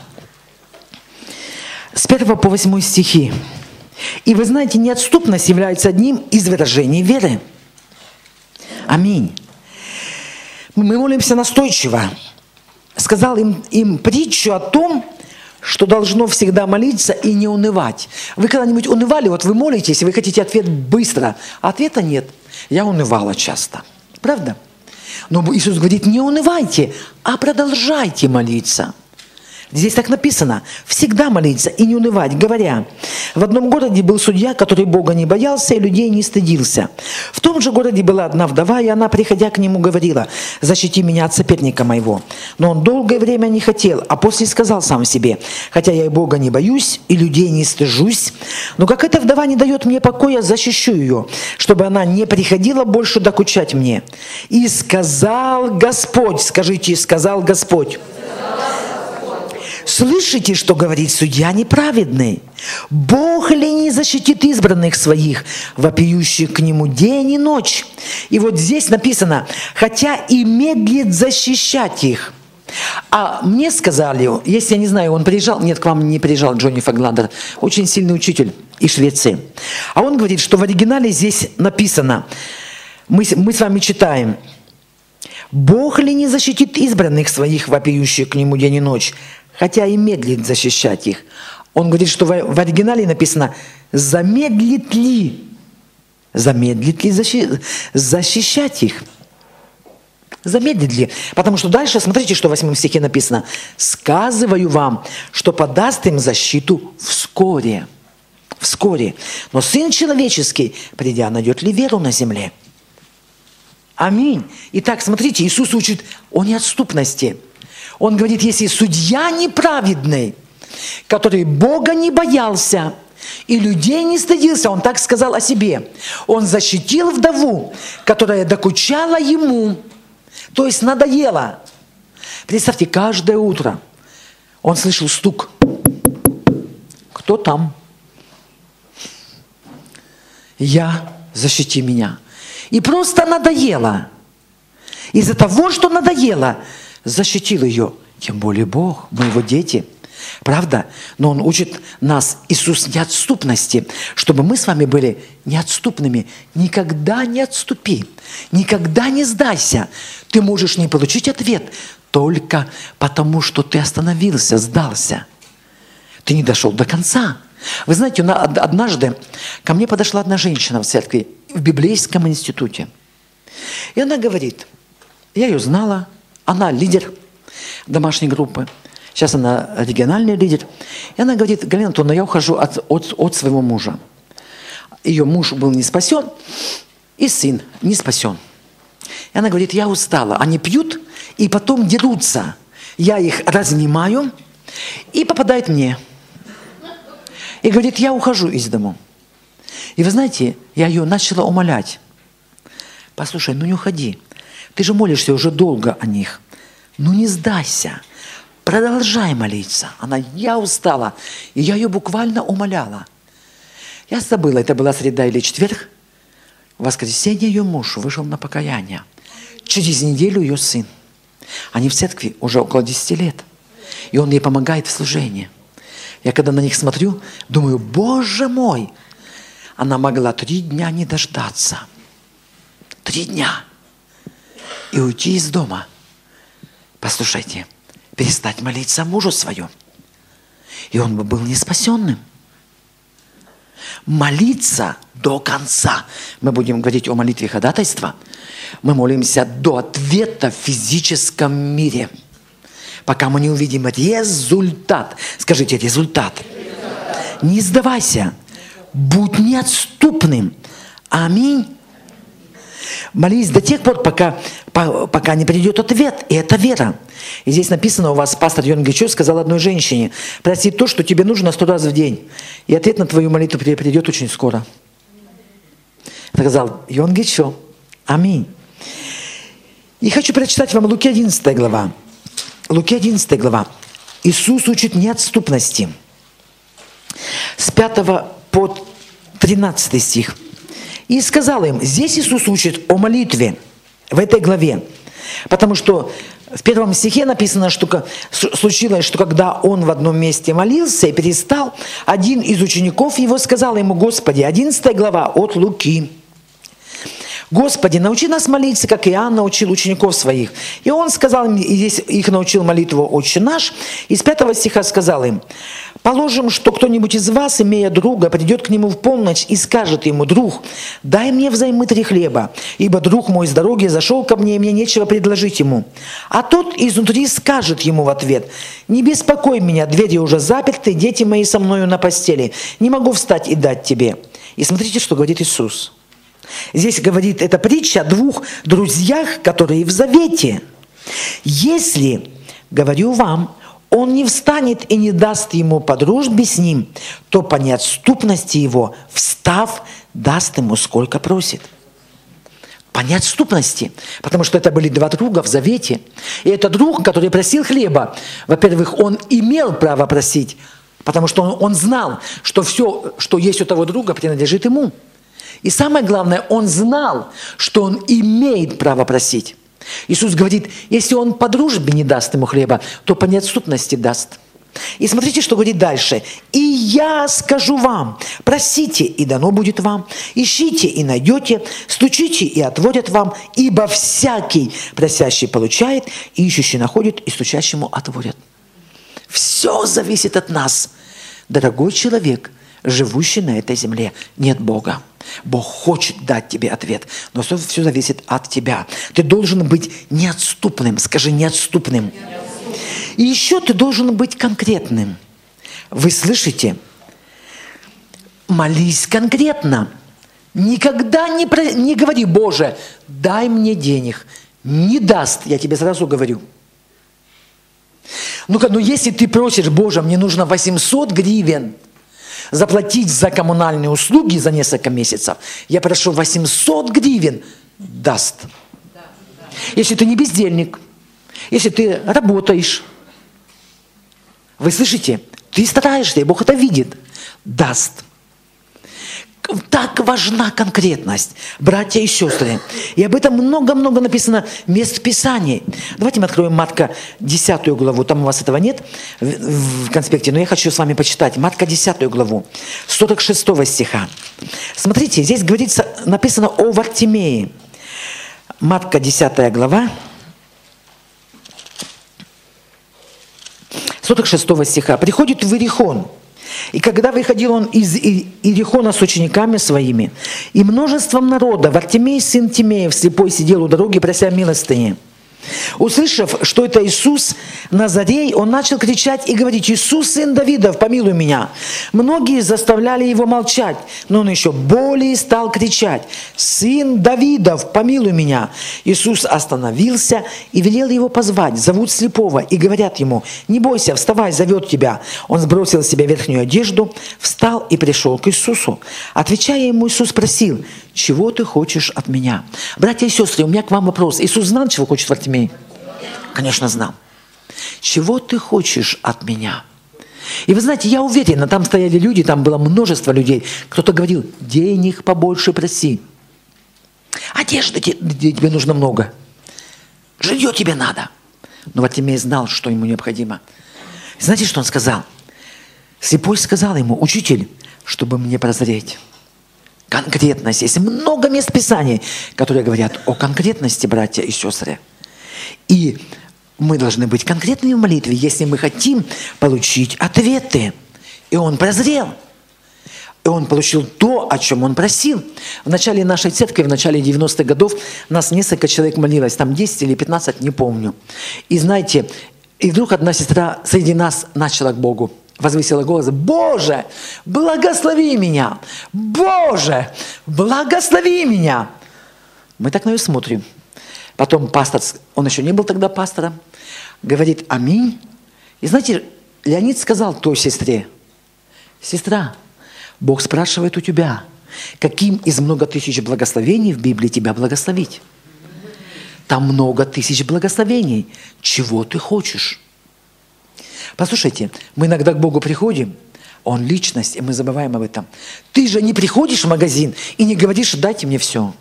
С 1 по 8 стихи. И вы знаете, неотступность является одним из выражений веры. Аминь. Мы молимся настойчиво. Сказал им притчу о том, что должно всегда молиться и не унывать. Вы когда-нибудь унывали? Вот вы молитесь, и вы хотите ответ быстро, а ответа нет. Я унывала часто. Правда? Но Иисус говорит, не унывайте, а продолжайте молиться. Здесь так написано, всегда молиться и не унывать, говоря, в одном городе был судья, который Бога не боялся и людей не стыдился. В том же городе была одна вдова, и она, приходя к нему, говорила, защити меня от соперника моего. Но он долгое время не хотел, а после сказал сам себе, хотя я и Бога не боюсь, и людей не стыжусь, но как эта вдова не дает мне покоя, защищу ее, чтобы она не приходила больше докучать мне. И сказал Господь, скажите, сказал Господь. Слышите, что говорит судья неправедный? Бог ли не защитит избранных своих, вопиющих к нему день и ночь? И вот здесь написано, хотя и медлит защищать их. А мне сказали, если я не знаю, он приезжал, нет, к вам не приезжал Джонни Фагладер, очень сильный учитель из Швеции. А он говорит, что в оригинале здесь написано, мы с вами читаем, Бог ли не защитит избранных своих, вопиющих к нему день и ночь? Хотя и медлит защищать их. Он говорит, что в оригинале написано замедлит ли защищать их. Замедлит ли? Потому что дальше, смотрите, что в 8 стихе написано. «Сказываю вам, что подаст им защиту вскоре». Вскоре. Но Сын Человеческий, придя, найдет ли веру на земле? Аминь. Итак, смотрите, Иисус учит о неотступности. Он говорит, если судья неправедный, который Бога не боялся и людей не стыдился, он так сказал о себе. Он защитил вдову, которая докучала ему, то есть надоела. Представьте, каждое утро он слышал стук. Кто там? Я, защити меня. И просто надоело. Из-за того, что надоело, защитил ее. Тем более Бог, мы его дети. Правда? Но Он учит нас, Иисус, неотступности, чтобы мы с вами были неотступными. Никогда не отступи. Никогда не сдайся. Ты можешь не получить ответ только потому, что ты остановился, сдался. Ты не дошел до конца. Вы знаете, однажды ко мне подошла одна женщина в церкви, в библейском институте. И она говорит, я ее знала, она лидер домашней группы. Сейчас она региональный лидер. И она говорит, Галина Антоновна, я ухожу от своего мужа. Ее муж был не спасен, и сын не спасен. И она говорит, я устала. Они пьют и потом дерутся. Я их разнимаю, и попадает мне. И говорит, я ухожу из дому. И вы знаете, я ее начала умолять. Послушай, ну не уходи. Ты же молишься уже долго о них. Ну не сдайся. Продолжай молиться. Она, я устала. И я ее буквально умоляла. Я забыла, это была среда или четверг. В воскресенье ее муж вышел на покаяние. Через неделю ее сын. Они в церкви уже около 10 лет. И он ей помогает в служении. Я когда на них смотрю, думаю, Боже мой, она могла 3 дня не дождаться. 3 дня. И уйти из дома. Послушайте, перестать молиться мужу своему. И он бы был не спасенным. Молиться до конца. Мы будем говорить о молитве ходатайства. Мы молимся до ответа в физическом мире. Пока мы не увидим результат. Скажите, результат. Не сдавайся. Будь неотступным. Аминь. Молись до тех пор, пока пока не придет ответ. И это вера. И здесь написано, у вас пастор Йон Гичо сказал одной женщине: проси то, что тебе нужно 100 раз в день. И ответ на твою молитву придет очень скоро. Сказал Йон Гичо. Аминь. И хочу прочитать вам Луки 11 глава. Луки 11 глава. Иисус учит неотступности. С 5 по 13 стих. И сказал им, здесь Иисус учит о молитве в этой главе. Потому что в 1 стихе написано, что случилось, что когда он в одном месте молился и перестал, один из учеников его сказал ему: Господи, 11 глава от Луки. Господи, научи нас молиться, как Иоанн научил учеников своих. И он сказал им, и здесь их научил молитву «Отче наш». И с 5 стиха сказал им: положим, что кто-нибудь из вас, имея друга, придет к нему в полночь и скажет ему: друг, дай мне взаймы 3 хлеба, ибо друг мой с дороги зашел ко мне, и мне нечего предложить ему. А тот изнутри скажет ему в ответ: не беспокой меня, двери уже заперты, дети мои со мною на постели, не могу встать и дать тебе. И смотрите, что говорит Иисус. Здесь говорит эта притча о 2 друзьях, которые в завете. Если, говорю вам, он не встанет и не даст ему по дружбе с ним, то по неотступности его, встав, даст ему сколько просит. По неотступности. Потому что это были 2 друга в завете. И это друг, который просил хлеба. Во-первых, он имел право просить, потому что он знал, что все, что есть у того друга, принадлежит ему. И самое главное, он знал, что он имеет право просить. Иисус говорит, если он по дружбе не даст ему хлеба, то по неотступности даст. И смотрите, что говорит дальше. «И я скажу вам, просите, и дано будет вам, ищите, и найдете, стучите, и отворят вам, ибо всякий просящий получает, и ищущий находит, и стучащему отворят». Все зависит от нас, дорогой человек, живущий на этой земле. Нет Бога. Бог хочет дать тебе ответ, но все зависит от тебя. Ты должен быть неотступным. Скажи, неотступным. И еще ты должен быть конкретным. Вы слышите? Молись конкретно. Никогда не говори: Боже, дай мне денег. Не даст, я тебе сразу говорю. Ну, если ты просишь: Боже, мне нужно 800 гривен заплатить за коммунальные услуги за несколько месяцев, я прошу 800 гривен, даст. Если ты не бездельник, если ты работаешь, вы слышите, ты стараешься, и Бог это видит, даст. Так важна конкретность, братья и сестры. И об этом много-много написано мест в Писании. Давайте мы откроем Марка 10 главу. Там у вас этого нет в конспекте, но я хочу с вами почитать. Марка 10 главу, 46 стиха. Смотрите, здесь говорится, написано о Вартимее. Марка 10 глава, 46 стиха. «Приходит в Иерихон. И когда выходил он из Иерихона с учениками своими, и множеством народа, Вартимей, сын Тимеев, слепой, сидел у дороги, прося милостыни. Услышав, что это Иисус Назарей, он начал кричать и говорить: «Иисус, сын Давидов, помилуй меня». Многие заставляли его молчать, но он еще более стал кричать: «Сын Давидов, помилуй меня». Иисус остановился и велел его позвать. Зовут слепого и говорят ему: «Не бойся, вставай, зовет тебя». Он сбросил с себя верхнюю одежду, встал и пришел к Иисусу. Отвечая ему, Иисус спросил: «Чего ты хочешь от меня?» Братья и сестры, у меня к вам вопрос. Иисус знал, чего хочет Вартимей? Конечно, знал. Чего ты хочешь от меня? И вы знаете, я уверен, там стояли люди, там было множество людей. Кто-то говорил: денег побольше проси. Одежды тебе нужно много. Жилье тебе надо. Но Вартимей знал, что ему необходимо. Знаете, что он сказал? Слепой сказал ему: «Учитель, чтобы мне прозреть». Конкретность. Есть много мест Писаний, которые говорят о конкретности, братья и сестры. И мы должны быть конкретными в молитве, если мы хотим получить ответы. И он прозрел. И он получил то, о чем он просил. В начале нашей церкви, в начале 90-х годов, нас несколько человек молилось. Там 10 или 15, не помню. И знаете, и вдруг одна сестра среди нас начала к Богу. Возвысила голос: «Боже, благослови меня! Боже, благослови меня!» Мы так на нее смотрим. Потом пастор, он еще не был тогда пастором, говорит «Аминь». И знаете, Леонид сказал той сестре: «Сестра, Бог спрашивает у тебя, каким из много тысяч благословений в Библии тебя благословить? Там много тысяч благословений. Чего ты хочешь?» Послушайте, мы иногда к Богу приходим, Он личность, и мы забываем об этом. Ты же не приходишь в магазин и не говоришь «дайте мне все».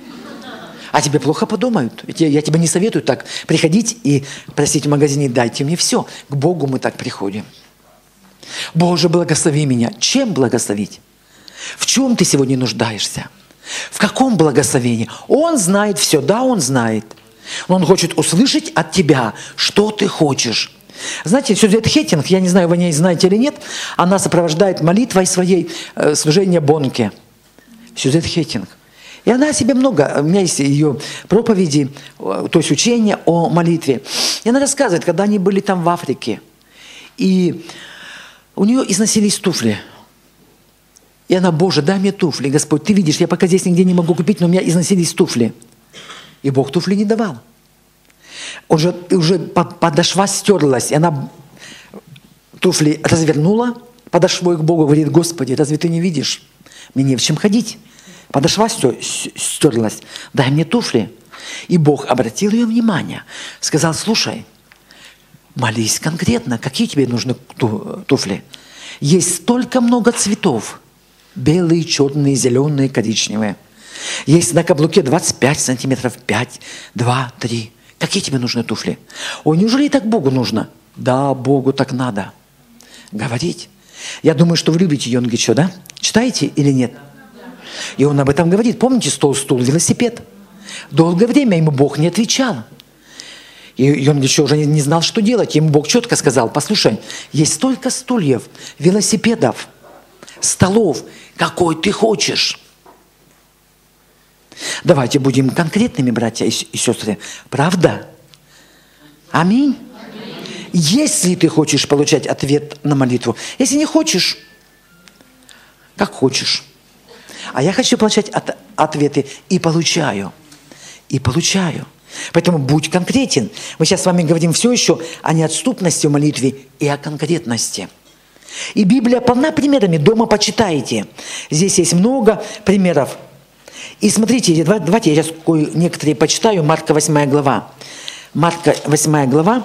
А тебе плохо подумают. Я тебе не советую так приходить и просить в магазине «дайте мне все». К Богу мы так приходим. «Боже, благослови меня». Чем благословить? В чем ты сегодня нуждаешься? В каком благословении? Он знает все, да, Он знает. Но Он хочет услышать от тебя, что ты хочешь. Знаете, Сюзет Хеттинг, я не знаю, вы не знаете или нет, она сопровождает молитвой своей служение Бонке. Сюзет Хеттинг. И она о себе много, у меня есть ее проповеди, то есть учения о молитве. И она рассказывает, когда они были там в Африке, и у нее износились туфли. И она: «Боже, дай мне туфли, Господь, ты видишь, я пока здесь нигде не могу купить, но у меня износились туфли». И Бог туфли не давал. Уже подошва стерлась, и она туфли развернула подошвой к Богу, говорит: «Господи, разве ты не видишь? Мне не в чем ходить. Подошва стерлась, дай мне туфли». И Бог обратил ее внимание, сказал: «Слушай, молись конкретно, какие тебе нужны туфли? Есть столько много цветов, белые, черные, зеленые, коричневые. Есть на каблуке 25 сантиметров, 5, 2, 3. Какие тебе нужны туфли?» «Ой, неужели и так Богу нужно?» «Да, Богу так надо говорить». Я думаю, что вы любите Йонгичо, да? Читаете или нет? И он об этом говорит. Помните стол, стул, велосипед? Долгое время ему Бог не отвечал. И Йонгичо уже не знал, что делать. Ему Бог четко сказал: «Послушай, есть столько стульев, велосипедов, столов, какой ты хочешь». Давайте будем конкретными, братья и сестры. Правда? Аминь. Если ты хочешь получать ответ на молитву. Если не хочешь, как хочешь. А я хочу получать ответы и получаю. И получаю. Поэтому будь конкретен. Мы сейчас с вами говорим все еще о неотступности в молитве и о конкретности. И Библия полна примерами. Дома почитайте. Здесь есть много примеров. И смотрите, давайте я сейчас некоторые почитаю. Марка 8 глава. Марка 8 глава.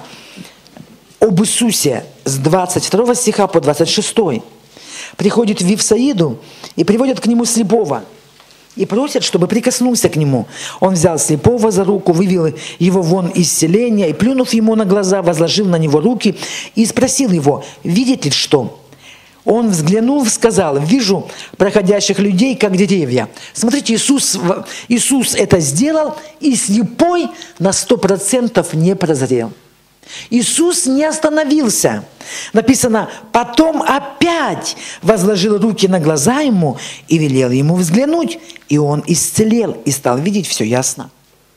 Об Иисусе с 22 стиха по 26. Приходит в Вифсаиду и приводят к нему слепого. И просят, чтобы прикоснулся к нему. Он взял слепого за руку, вывел его вон из селения и, плюнув ему на глаза, возложил на него руки и спросил его: «Видит ли что?» Он взглянул, сказал: «Вижу проходящих людей, как деревья». Смотрите, Иисус это сделал, и слепой на 100% не прозрел. Иисус не остановился. Написано: «Потом опять возложил руки на глаза ему и велел ему взглянуть, и он исцелел и стал видеть все ясно».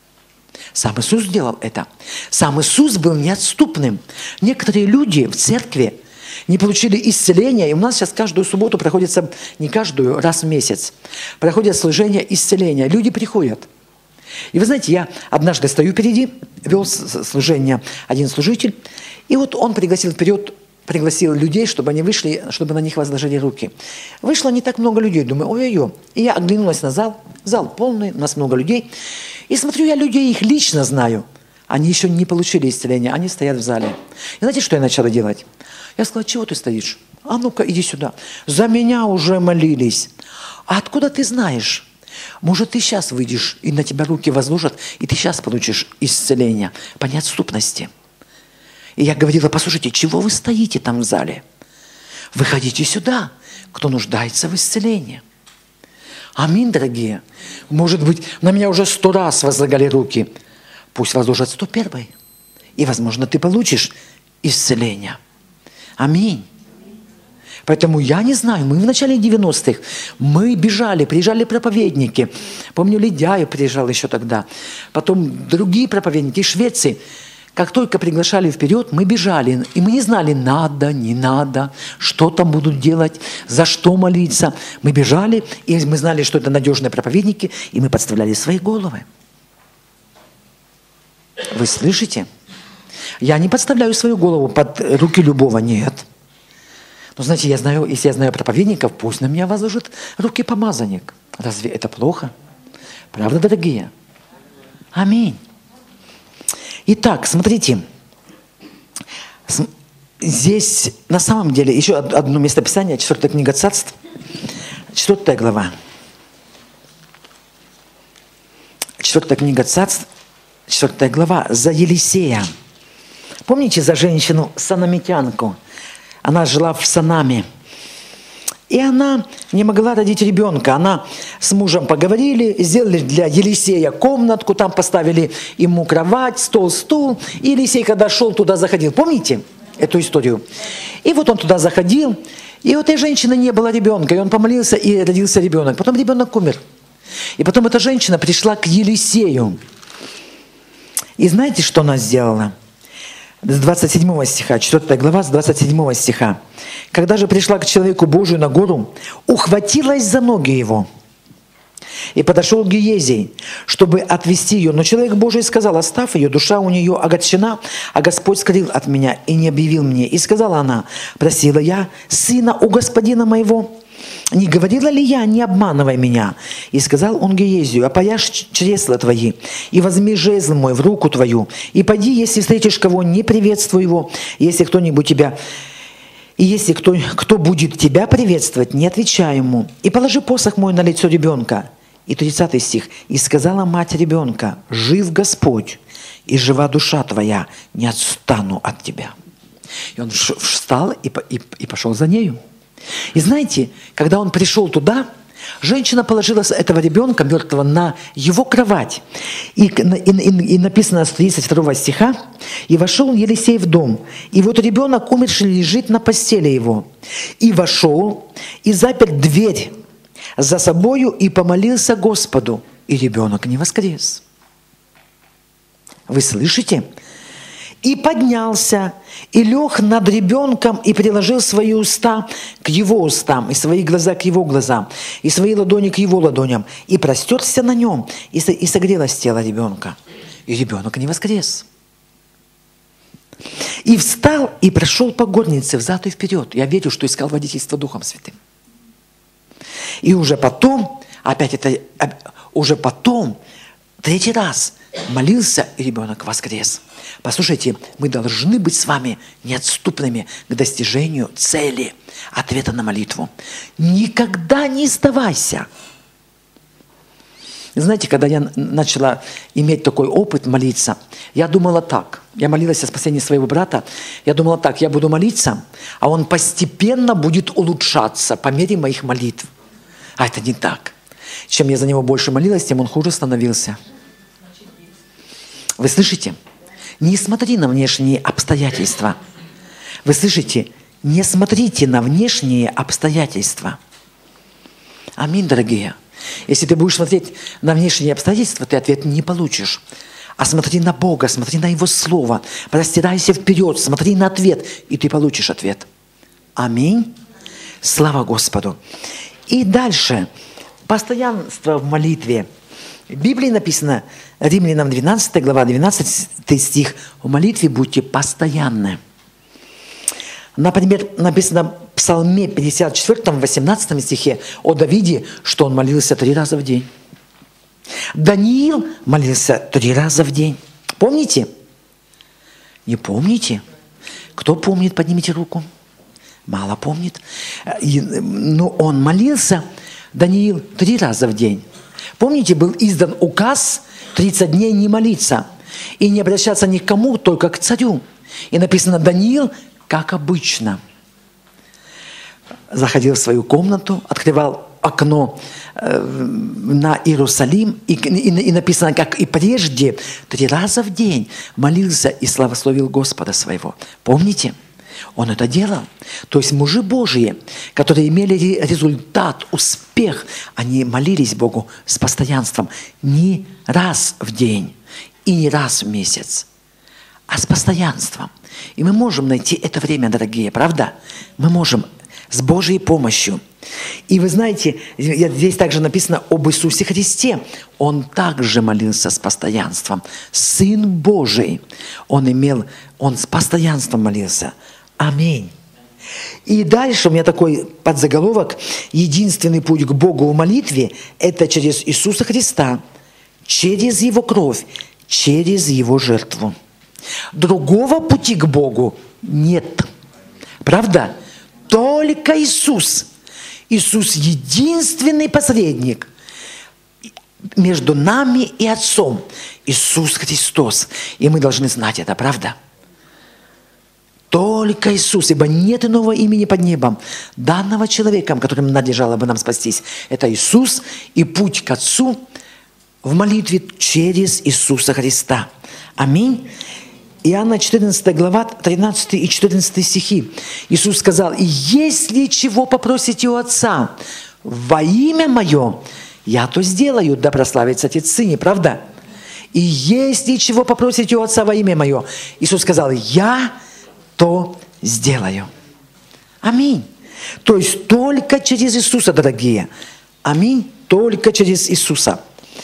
Сам Иисус сделал это. Сам Иисус был неотступным. Некоторые люди в церкви не получили исцеления, и у нас сейчас каждую субботу проходится, не каждую, раз в месяц, проходят служения исцеления. Люди приходят. И вы знаете, я однажды стою впереди, вел служение один служитель, и вот он пригласил вперед, пригласил людей, чтобы они вышли, чтобы на них возложили руки. Вышло не так много людей, думаю, ой-ой-ой. И я оглянулась на зал полный, у нас много людей. И смотрю, я людей их лично знаю. Они еще не получили исцеления, они стоят в зале. И знаете, что я начала делать? Я сказала: «Чего ты стоишь? А ну-ка, иди сюда. За меня уже молились. А откуда ты знаешь? Может, ты сейчас выйдешь, и на тебя руки возложат, и ты сейчас получишь исцеление по неотступности». И я говорила: «Послушайте, чего вы стоите там в зале? Выходите сюда, кто нуждается в исцелении». Аминь, дорогие. Может быть, на меня уже 100 раз возлагали руки. Пусть возложат 101. И, возможно, ты получишь исцеление. Аминь. Поэтому я не знаю, мы в начале 90-х, мы бежали, приезжали проповедники. Помню, Ледяев приезжал еще тогда. Потом другие проповедники из Швеции. Как только приглашали вперед, мы бежали. И мы не знали, надо, не надо, что там будут делать, за что молиться. Мы бежали, и мы знали, что это надежные проповедники, и мы подставляли свои головы. Вы слышите? Я не подставляю свою голову под руки любого, нет. Но знаете, я знаю, если я знаю проповедников, пусть на меня возложит руки помазанник. Разве это плохо? Правда, дорогие? Аминь. Итак, смотрите. Здесь на самом деле еще одно местописание, 4 книга Царств, 4 глава. 4 книга Царств, 4 глава, за Елисея. Помните за женщину санамитянку? Она жила в Санаме. И она не могла родить ребенка. Она с мужем поговорили, сделали для Елисея комнатку, там поставили ему кровать, стул. И Елисей, когда шел туда, заходил. Помните эту историю? И вот он туда заходил, и у этой женщины не было ребенка. И он помолился, и родился ребенок. Потом ребенок умер. И потом эта женщина пришла к Елисею. И знаете, что она сделала? С 27 стиха, 4 глава, с 27 стиха. «Когда же пришла к человеку Божию на гору, ухватилась за ноги его, и подошел Гиезий, чтобы отвести ее. Но человек Божий сказал: оставь ее, душа у нее огорчена, а Господь скрыл от меня и не объявил мне. И сказала она: просила я сына у господина моего, не говорила ли я, не обманывай меня? И сказал он Гиезию: опояшь чресла твои, и возьми жезл мой в руку твою, и пойди, если встретишь кого, не приветствуй его, если кто-нибудь тебя... И если кто будет тебя приветствовать, не отвечай ему. И положи посох мой на лицо ребенка». И 30 стих. «И сказала мать ребенка: жив Господь, и жива душа твоя, не отстану от тебя». И он встал и пошел за нею. И знаете, когда он пришел туда, женщина положила этого ребенка мертвого на его кровать. И написано с 32 стиха: «И вошел Елисей в дом, и вот ребенок умерший лежит на постели его. И вошел, и запер дверь за собою, и помолился Господу, и ребенок не воскрес». Вы слышите? «И поднялся, и лег над ребенком, и приложил свои уста к его устам, и свои глаза к его глазам, и свои ладони к его ладоням, и простерся на нем, и согрелось тело ребенка, и ребенок не воскрес. И встал, и прошел по горнице взад и вперед». Я верю, что искал водительство Духом Святым. И уже потом, третий раз молился, и ребенок воскрес. Послушайте, мы должны быть с вами неотступными к достижению цели, ответа на молитву. Никогда не сдавайся. Знаете, когда я начала иметь такой опыт молиться, я думала так. Я молилась о спасении своего брата. Я думала так: я буду молиться, а он постепенно будет улучшаться по мере моих молитв. А это не так. Чем я за него больше молилась, тем он хуже становился. Вы слышите? Не смотри на внешние обстоятельства. Вы слышите? Не смотрите на внешние обстоятельства. Аминь, дорогие. Если ты будешь смотреть на внешние обстоятельства, ты ответ не получишь. А смотри на Бога, смотри на Его Слово, простирайся вперед, смотри на ответ, и ты получишь ответ. Аминь. Слава Господу. И дальше. Постоянство в молитве. В Библии написано, Римлянам 12 глава, 12 стих: «В молитве будьте постоянны». Например, написано в Псалме 54, 18 стихе о Давиде, что он молился 3 раза в день. Даниил молился 3 раза в день. Помните? Не помните? Кто помнит, поднимите руку. Мало помнит. Но он молился, Даниил, 3 раза в день. Помните, был издан указ 30 дней не молиться и не обращаться ни к кому, только к царю. И написано: Даниил, как обычно, заходил в свою комнату, открывал окно на Иерусалим, и написано, как и прежде, 3 раза в день молился и славословил Господа своего. Помните? Он это делал. То есть мужи Божьи, которые имели результат, успех, они молились Богу с постоянством не раз в день и не раз в месяц, а с постоянством. И мы можем найти это время, дорогие, правда? Мы можем с Божьей помощью И вы знаете, здесь также написано об Иисусе Христе. Он также молился с постоянством. Сын Божий. Он с постоянством молился. Аминь. И дальше у меня такой подзаголовок. Единственный путь к Богу в молитве – это через Иисуса Христа, через Его кровь, через Его жертву. Другого пути к Богу нет. Правда? Только Иисус. Иисус – единственный посредник между нами и Отцом. Иисус Христос. И мы должны знать это, правда? Только Иисус, ибо нет иного имени под небом, данного человеком, которым надлежало бы нам спастись. Это Иисус и путь к Отцу в молитве через Иисуса Христа. Аминь. Иоанна 14 глава, 13 и 14 стихи. Иисус сказал: «И если чего попросите у Отца во имя Мое, я то сделаю, да прославится Отец в Сыне». Правда? «И если чего попросите у Отца во имя Мое», Иисус сказал: «Я то сделаю». Аминь. То есть только через Иисуса, дорогие. Аминь. Только через Иисуса.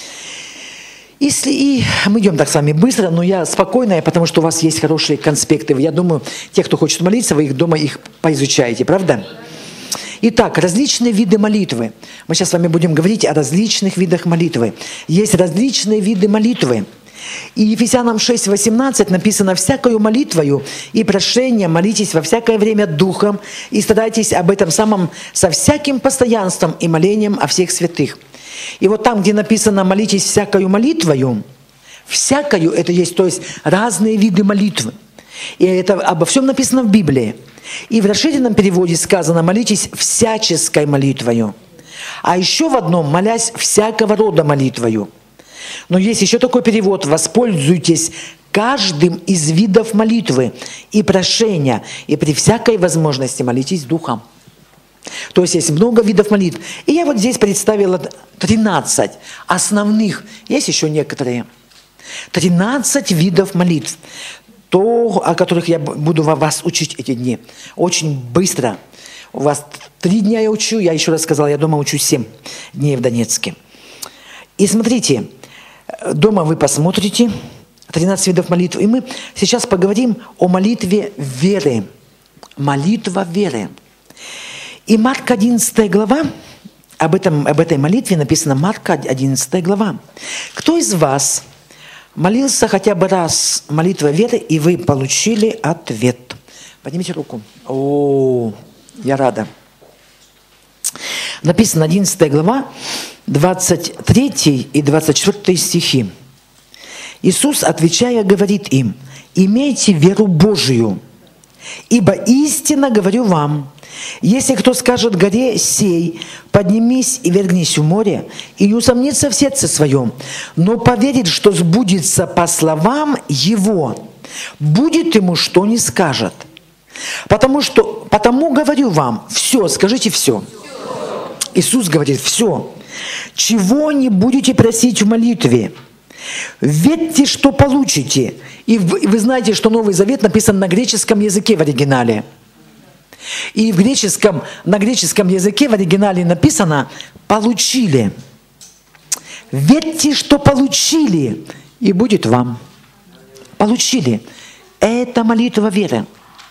И мы идем так с вами быстро, но я спокойная, потому что у вас есть хорошие конспекты. Я думаю, те, кто хочет молиться, вы их дома их поизучаете, правда? Итак, различные виды молитвы. Мы сейчас с вами будем говорить о различных видах молитвы. Есть различные виды молитвы. И Ефесянам 6:18 написано: «Всякою молитвою и прошением молитесь во всякое время Духом, и старайтесь об этом самом со всяким постоянством и молением о всех святых». И вот там, где написано «молитесь всякою молитвою», всякою это есть, то есть разные виды молитвы. И это обо всем написано в Библии. И в расширенном переводе сказано «молитесь всяческой молитвою». А еще в одном «молясь всякого рода молитвою». Но есть еще такой перевод: «Воспользуйтесь каждым из видов молитвы и прошения, и при всякой возможности молитесь Духом». То есть есть много видов молитв. И я вот здесь представила 13 основных. Есть еще некоторые. 13 видов молитв. То, о которых я буду вас учить эти дни. Очень быстро. У вас 3 дня я учу. Я еще раз сказал, я дома учу 7 дней в Донецке. И смотрите, дома вы посмотрите 13 видов молитв. И мы сейчас поговорим о молитве веры. Молитва веры. И Марка 11 глава, об этой молитве написано, Марка 11 глава. «Кто из вас молился хотя бы раз молитвой веры, и вы получили ответ?» Поднимите руку. О, я рада. Написано 11 глава, 23 и 24 стихи. Иисус, отвечая, говорит им: «Имейте веру Божию, ибо истинно говорю вам, если кто скажет горе сей, поднимись и вергнись в море, и не усомнится в сердце своем, но поверит, что сбудется по словам его, будет ему, что не скажет. Потому говорю вам, все, скажите все». Иисус говорит: все. «Чего не будете просить в молитве, верьте, что получите». И вы знаете, что Новый Завет написан на греческом языке в оригинале. И на греческом языке в оригинале написано «получили». Верьте, что получили, и будет вам. Получили. Это молитва веры.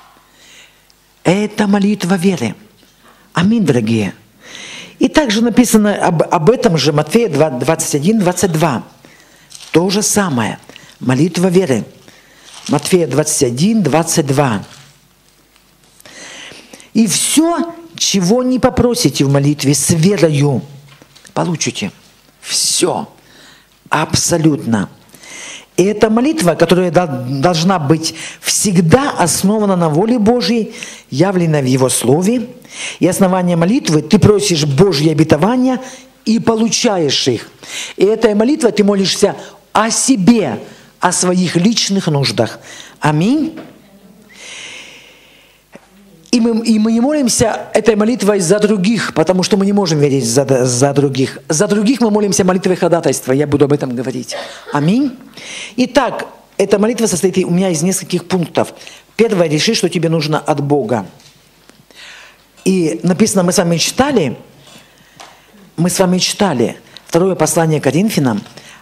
Это молитва веры. Аминь, дорогие. И также написано об этом же Матфея 21-22. То же самое. Молитва веры. Матфея 21-22. «И все, чего не попросите в молитве с верою, получите». Все. Абсолютно. И эта молитва, которая должна быть всегда основана на воле Божьей, явлена в Его Слове. И основание молитвы — ты просишь Божьи обетования и получаешь их. И этой молитвой ты молишься о себе, о своих личных нуждах. Аминь. И мы не молимся этой молитвой за других, потому что мы не можем верить за других. За других мы молимся молитвой ходатайства. Я буду об этом говорить. Аминь. Итак, эта молитва состоит у меня из нескольких пунктов. Первое, реши, что тебе нужно от Бога. И написано, мы с вами читали второе послание Коринфянам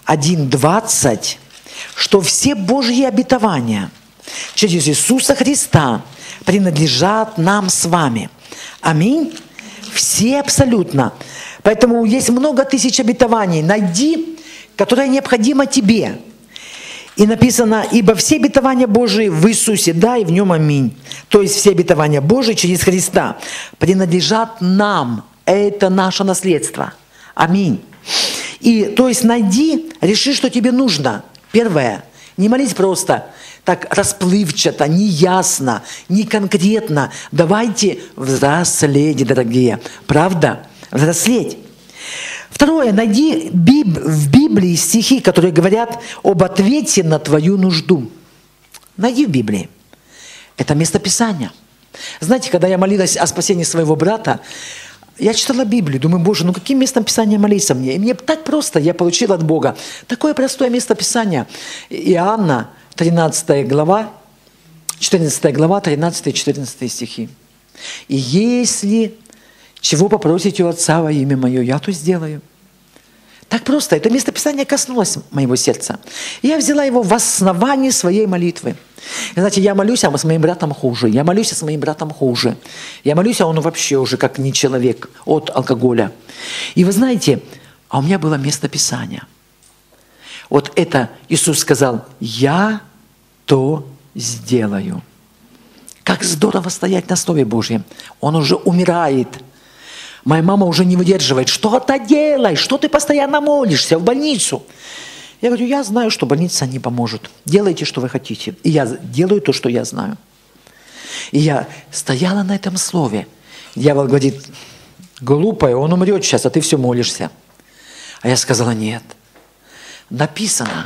1:20, что все Божьи обетования через Иисуса Христа принадлежат нам с вами. Аминь. Все абсолютно. Поэтому есть много тысяч обетований. Найди, которое необходимо тебе. И написано, ибо все обетования Божии в Иисусе, да, и в Нем аминь. То есть все обетования Божии через Христа принадлежат нам. Это наше наследство. Аминь. И то есть найди, реши, что тебе нужно. Первое, не молись просто так расплывчато, неясно, не конкретно. Давайте взрослеть, дорогие. Правда? Взрослеть. Второе, найди в Библии стихи, которые говорят об ответе на твою нужду. Найди в Библии. Это местописание. Знаете, когда я молилась о спасении своего брата, я читала Библию, думаю, Боже, ну каким местом Писания молиться мне? И мне так просто, я получил от Бога такое простое местописание. Иоанна, 13 глава, 14 глава, 13-14 стихи. «И если чего попросите у Отца во имя Мое, я то сделаю». Так просто. Это местописание коснулось моего сердца. И я взяла его в основании своей молитвы. И, знаете, я молюсь, а с моим братом хуже. Я молюсь, а с моим братом хуже. Я молюсь, а он вообще уже как не человек от алкоголя. И вы знаете, а у меня было местописание. Вот это Иисус сказал, я то сделаю. Как здорово стоять на Слове Божьем. Он уже умирает. Моя мама уже не выдерживает. Что-то делай, что ты постоянно молишься в больницу. Я говорю, я знаю, что больница не поможет. Делайте, что вы хотите. И я делаю то, что я знаю. И я стояла на этом слове. Дьявол говорит, глупая, он умрет сейчас, а ты все молишься. А я сказала, нет. Написано,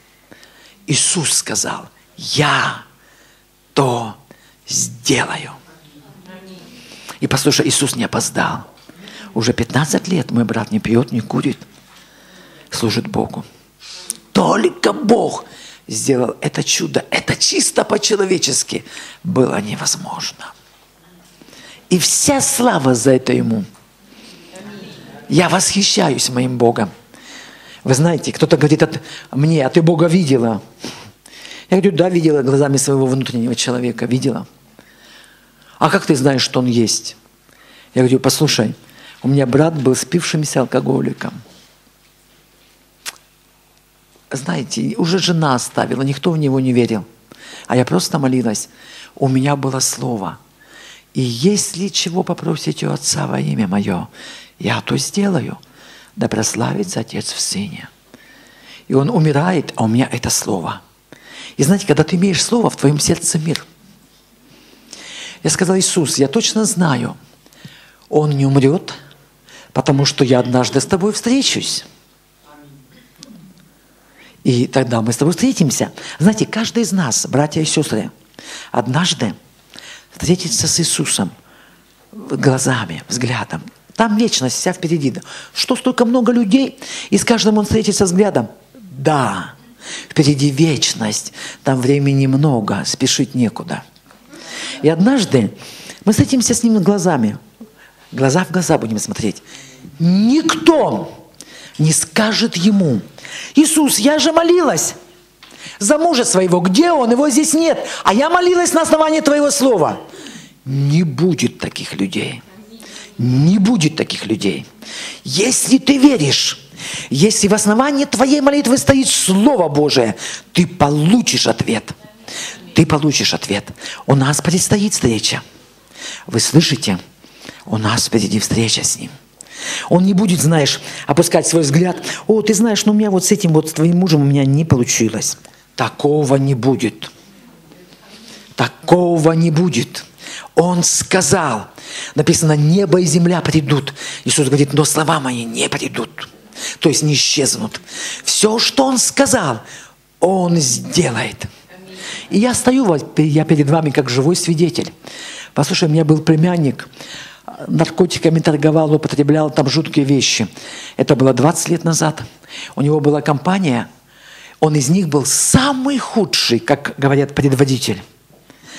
Иисус сказал, я то сделаю. И послушай, Иисус не опоздал. Уже 15 лет мой брат не пьет, не курит, служит Богу. Только Бог сделал это чудо. Это чисто по-человечески было невозможно. И вся слава за это Ему. Я восхищаюсь моим Богом. Вы знаете, кто-то говорит мне, а ты Бога видела? Я говорю, да, видела глазами своего внутреннего человека, видела. А как ты знаешь, что он есть? Я говорю, послушай, у меня брат был спившимся алкоголиком. Знаете, уже жена оставила, никто в него не верил. А я просто молилась. У меня было слово. И если чего попросите у Отца во имя Мое, я то сделаю. Да прославится Отец в Сыне. И он умирает, а у меня это слово. И знаете, когда ты имеешь слово, в твоем сердце мир. Я сказал, Иисус, я точно знаю, Он не умрет, потому что я однажды с Тобой встречусь. И тогда мы с Тобой встретимся. Знаете, каждый из нас, братья и сестры, однажды встретится с Иисусом глазами, взглядом. Там вечность вся впереди. Что столько много людей, и с каждым Он встретится взглядом? Да, впереди вечность, там времени много, спешить некуда. И однажды мы встретимся с Ним глазами. Глаза в глаза будем смотреть. Никто не скажет Ему, Иисус, я же молилась за мужа своего. Где он? Его здесь нет. А я молилась на основании Твоего слова. Не будет таких людей. Не будет таких людей. Если ты веришь, если в основании твоей молитвы стоит Слово Божие, ты получишь ответ. Ты получишь ответ. У нас предстоит встреча. Вы слышите? У нас впереди встреча с Ним. Он не будет, знаешь, опускать свой взгляд. О, ты знаешь, ну у меня вот с этим вот, с твоим мужем у меня не получилось. Такого не будет. Такого не будет. Он сказал, написано, небо и земля придут. Иисус говорит, но слова мои не придут. То есть не исчезнут. Все, что Он сказал, Он сделает. И я стою, я перед вами как живой свидетель. Послушай, у меня был племянник, наркотиками торговал, употреблял там жуткие вещи. Это было 20 лет назад. У него была компания, он из них был самый худший, как говорят, предводитель.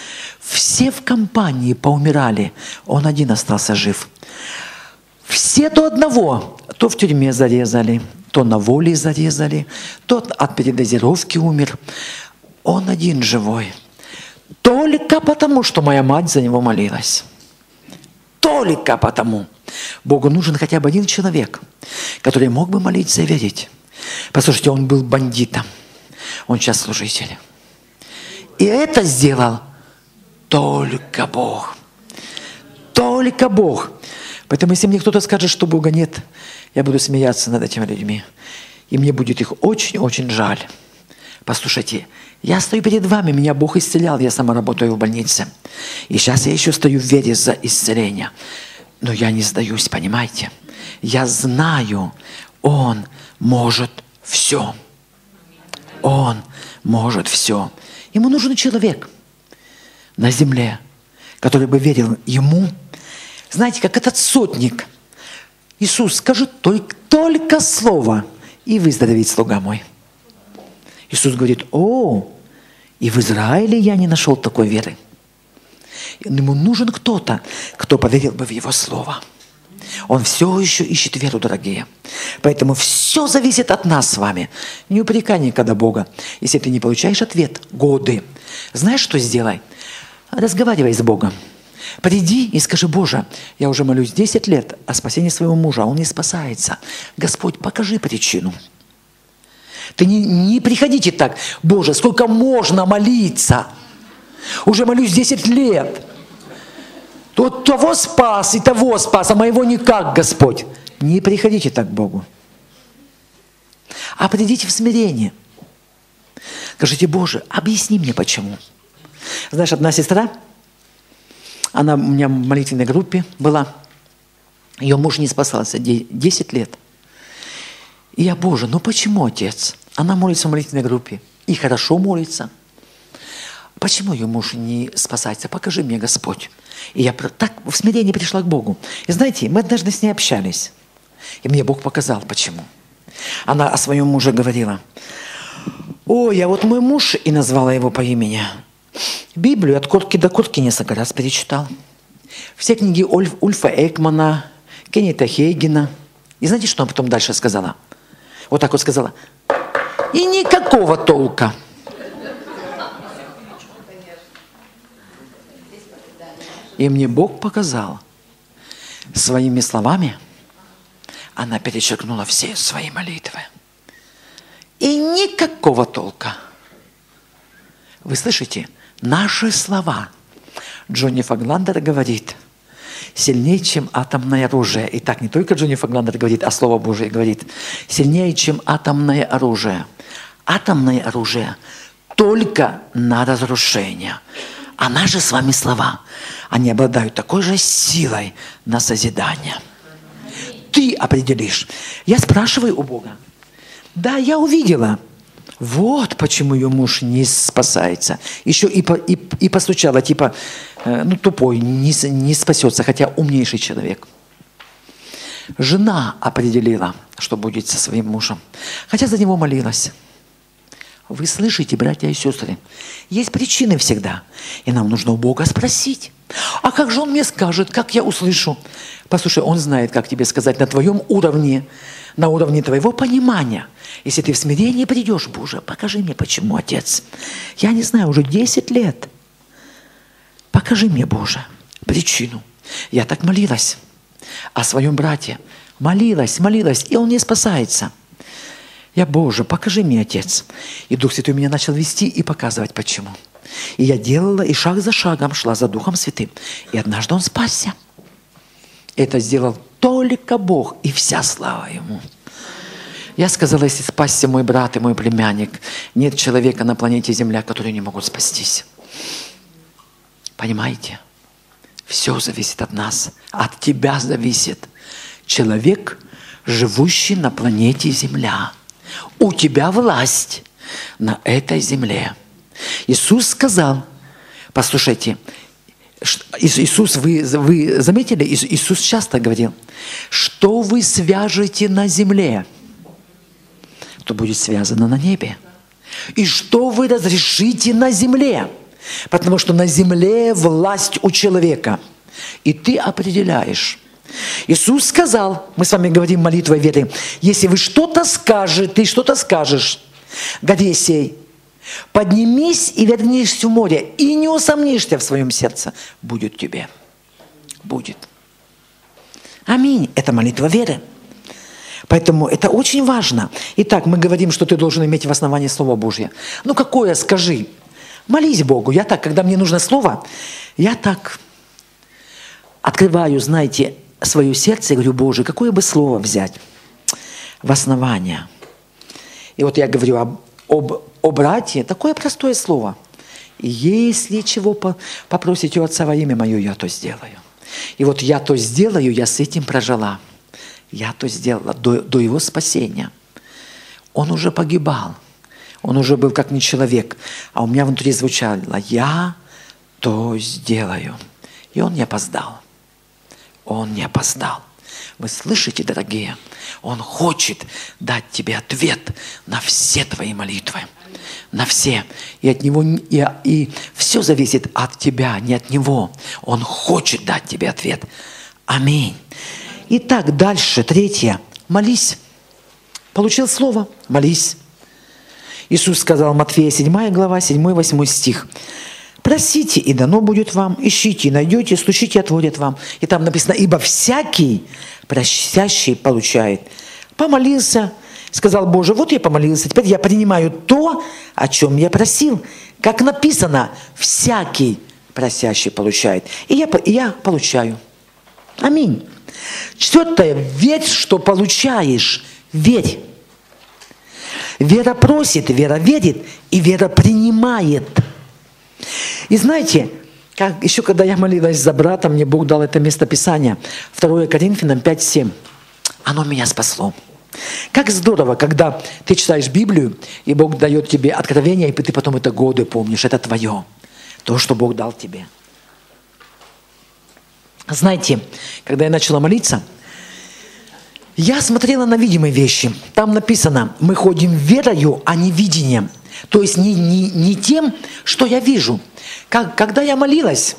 Все в компании поумирали, он один остался жив. Все до одного, то в тюрьме зарезали, то на воле зарезали, то от передозировки умер. Он один живой. Только потому, что моя мать за него молилась. Только потому. Богу нужен хотя бы один человек, который мог бы молиться и верить. Послушайте, он был бандитом, он сейчас служитель. И это сделал только Бог. Только Бог. Поэтому, если мне кто-то скажет, что Бога нет, я буду смеяться над этими людьми. И мне будет их очень-очень жаль. Послушайте, я стою перед вами, меня Бог исцелял, я сама работаю в больнице. И сейчас я еще стою в вере за исцеление. Но я не сдаюсь, понимаете? Я знаю, Он может все. Он может все. Ему нужен человек на земле, который бы верил Ему. Знаете, как этот сотник. Иисус, скажи только слово, и выздоровеет слуга мой. Иисус говорит, и в Израиле я не нашел такой веры. Ему нужен кто-то, кто поверил бы в Его Слово. Он все еще ищет веру, дорогие. Поэтому все зависит от нас с вами. Не упрекай никогда Бога. Если ты не получаешь ответ годы, знаешь, что сделай? Разговаривай с Богом. Приди и скажи, Боже, я уже молюсь 10 лет о спасении своего мужа, он не спасается. Господь, покажи причину. Ты не приходите так, Боже, сколько можно молиться? Уже молюсь 10 лет. Вот того спас и того спас, а моего никак, Господь. Не приходите так к Богу. А придите в смирение. Скажите, Боже, объясни мне почему. Знаешь, одна сестра, она у меня в молитвенной группе была, ее муж не спасался 10 лет. И я, Боже, почему, Отец? Она молится в молитвенной группе и хорошо молится. Почему ее муж не спасается? Покажи мне, Господь. И я так в смирении пришла к Богу. И знаете, мы однажды с ней общались. И мне Бог показал, почему. Она о своем муже говорила. Я вот мой муж, и назвала его по имени. Библию от корки до корки несколько раз перечитал. Все книги Ульфа Экмана, Кеннета Хейгена. И знаете, что она потом дальше сказала? Вот так вот сказала. И никакого толка. И мне Бог показал своими словами, она перечеркнула все свои молитвы. И никакого толка. Вы слышите? Наши слова. Джонни Фагландер говорит, сильнее, чем атомное оружие. И так не только Джонни Фагландер говорит, а Слово Божие говорит, сильнее, чем атомное оружие. Атомное оружие только на разрушение. А наши с вами слова, они обладают такой же силой на созидание. Ты определишь. Я спрашиваю у Бога. Да, я увидела. Вот почему ее муж не спасается. Еще и постучала, типа, тупой, не спасется, хотя умнейший человек. Жена определила, что будет со своим мужем, хотя за него молилась. Вы слышите, братья и сестры, есть причины всегда, и нам нужно у Бога спросить. А как же Он мне скажет, как я услышу? Послушай, Он знает, как тебе сказать на твоем уровне, на уровне твоего понимания. Если ты в смирении придешь, Боже, покажи мне, почему, Отец. Я не знаю, уже 10 лет. Покажи мне, Боже, причину. Я так молилась о своем брате. Молилась, и он не спасается. Я, Боже, покажи мне, Отец. И Дух Святой меня начал вести и показывать, почему. И я делала, и шаг за шагом шла за Духом Святым. И однажды он спасся. Это сделал только Бог, и вся слава Ему. Я сказала, если спасся мой брат и мой племянник, нет человека на планете Земля, которые не могут спастись. Понимаете? Все зависит от нас. От тебя зависит. Человек, живущий на планете Земля. У тебя власть на этой земле. Иисус сказал, послушайте, Иисус, вы заметили, Иисус часто говорил, что вы свяжете на земле, то будет связано на небе. И что вы разрешите на земле, Потому что на земле власть у человека. И ты определяешь. Иисус сказал, мы с вами говорим молитвой веры, если вы что-то скажете, ты что-то скажешь, горе сей, поднимись и вернись в море, и не усомнишься в своем сердце, будет тебе. Будет. Аминь. Это молитва веры. Поэтому это очень важно. Итак, мы говорим, что ты должен иметь в основании Слово Божье. Ну какое, скажи. Молись Богу. Я так, когда мне нужно слово, я так открываю, знаете, свое сердце и говорю, Боже, какое бы слово взять в основание. И вот я говорю о брате, такое простое слово. Если чего попросите у Отца во имя Мое, я то сделаю. И вот я то сделаю, я с этим прожила. Я то сделала до его спасения. Он уже погибал. Он уже был как не человек. А у меня внутри звучало, я то сделаю. И он не опоздал. Он не опоздал. Вы слышите, дорогие? Он хочет дать тебе ответ на все твои молитвы. На все. И от него, и все зависит от тебя, не от него. Он хочет дать тебе ответ. Аминь. Итак, дальше, третье. Молись. Получил слово? Молись. Иисус сказал, Матфея 7 глава, 7-8 стих. Просите, и дано будет вам, ищите, и найдете, стучите, отворят вам. И там написано, ибо всякий просящий получает. Помолился, сказал, Боже, вот я помолился, теперь я принимаю то, о чем я просил. Как написано, всякий просящий получает. И я получаю. Аминь. Четвертое, верь, что получаешь. Верь. Вера просит, вера верит, и вера принимает. И знаете, еще когда я молилась за брата, мне Бог дал это местописание. 2 Коринфянам 5:7. Оно меня спасло. Как здорово, когда ты читаешь Библию, и Бог дает тебе откровение, и ты потом это годы помнишь. Это твое. То, что Бог дал тебе. Знаете, когда я начала молиться, я смотрела на видимые вещи. Там написано, мы ходим верою, а не видением. То есть не тем, что я вижу. Когда я молилась,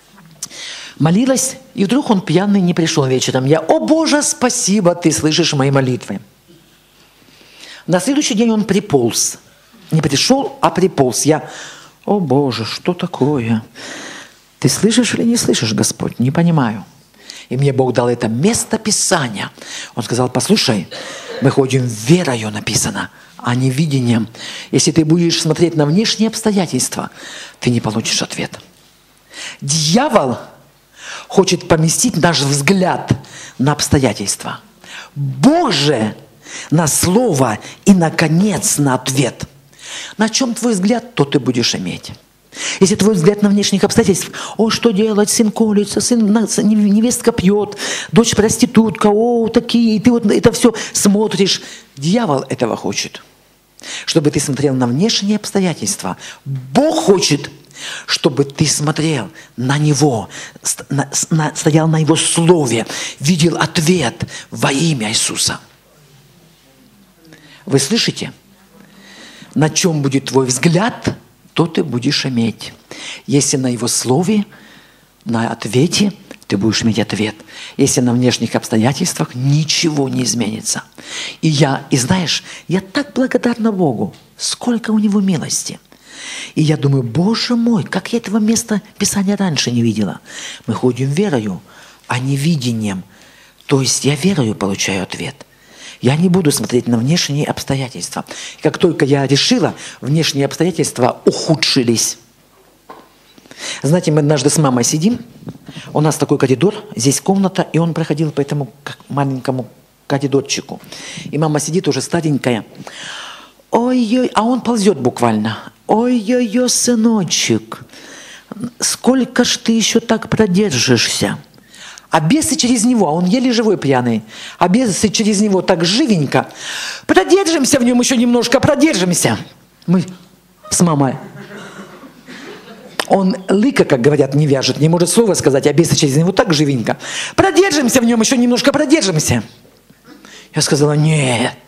и вдруг он пьяный не пришел вечером. Я, о Боже, спасибо, ты слышишь мои молитвы. На следующий день он приполз. Не пришел, а приполз. Я, о Боже, что такое? Ты слышишь или не слышишь, Господь? Не понимаю. И мне Бог дал это место Писания. Он сказал, послушай, мы ходим верою, написано, а не видением. Если ты будешь смотреть на внешние обстоятельства, ты не получишь ответ. Дьявол хочет поместить наш взгляд на обстоятельства. Бог же на слово и, наконец, на ответ. На чем твой взгляд, то ты будешь иметь. Если твой взгляд на внешних обстоятельств, о, что делать, сын колется, невестка пьет, дочь проститутка, о, такие, и ты вот это все смотришь. Дьявол этого хочет, чтобы ты смотрел на внешние обстоятельства. Бог хочет, чтобы ты смотрел на Него, стоял на Его Слове, видел ответ во имя Иисуса. Вы слышите? На чем будет твой взгляд, то ты будешь иметь. Если на Его Слове, на ответе, ты будешь иметь ответ. Если на внешних обстоятельствах, ничего не изменится. И знаешь, я так благодарна Богу, сколько у Него милости. И я думаю, Боже мой, как я этого места Писания раньше не видела. Мы ходим верою, а не видением. То есть я верою получаю ответ. Я не буду смотреть на внешние обстоятельства. И как только я решила, внешние обстоятельства ухудшились. Знаете, мы однажды с мамой сидим, у нас такой коридор, здесь комната, и он проходил по этому маленькому коридорчику. И мама сидит уже старенькая. Ой-ой, а он ползет буквально. Ой-ой-ой, сыночек, сколько ж ты еще так продержишься? А бесы через него, а он еле живой пьяный, а бесы через него так живенько. Продержимся в нем еще немножко, продержимся. Мы с мамой. Он лыка, как говорят, не вяжет, не может слова сказать, а бесы через него так живенько. Продержимся в нем еще немножко, продержимся. Я сказала, нет,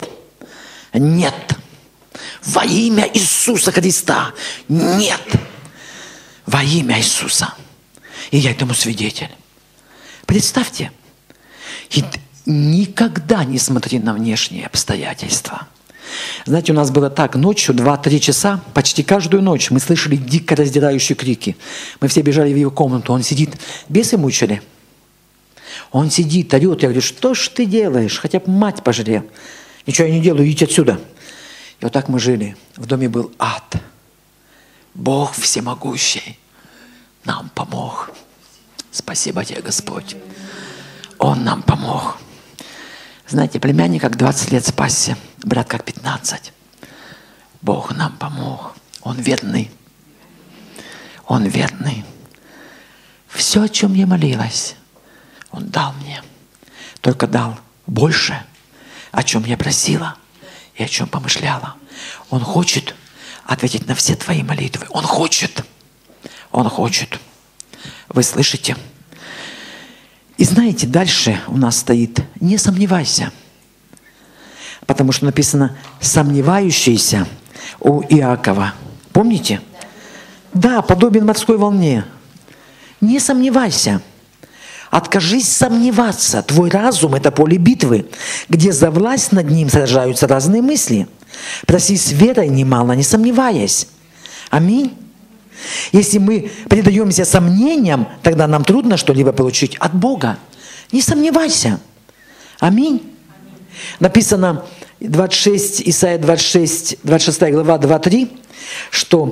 нет, во имя Иисуса Христа, нет. во имя Иисуса. И я этому свидетель. Представьте, и никогда не смотри на внешние обстоятельства. Знаете, у нас было так, ночью 2-3 часа, почти каждую ночь мы слышали дико раздирающие крики. Мы все бежали в его комнату, он сидит, бесы мучили. Он сидит, орет, я говорю, что ж ты делаешь, хотя бы мать пожалел. Ничего я не делаю, идите отсюда. И вот так мы жили. В доме был ад. Бог всемогущий нам помог. Спасибо тебе, Господь. Он нам помог. Знаете, племянник как 20 лет спасся, брат как 15. Бог нам помог. Он верный. Он верный. Все, о чем я молилась, Он дал мне. Только дал больше, о чем я просила и о чем помышляла. Он хочет ответить на все твои молитвы. Он хочет. Он хочет. Вы слышите? И знаете, дальше у нас стоит «не сомневайся». Потому что написано «сомневающийся» у Иакова. Помните? Да, подобен морской волне. Не сомневайся. Откажись сомневаться. Твой разум – это поле битвы, где за власть над ним сражаются разные мысли. Проси с верой, немало не сомневаясь. Аминь. Если мы предаемся сомнениям, тогда нам трудно что-либо получить от Бога. Не сомневайся. Аминь. Написано 26, Исайя 26 глава 2-3, что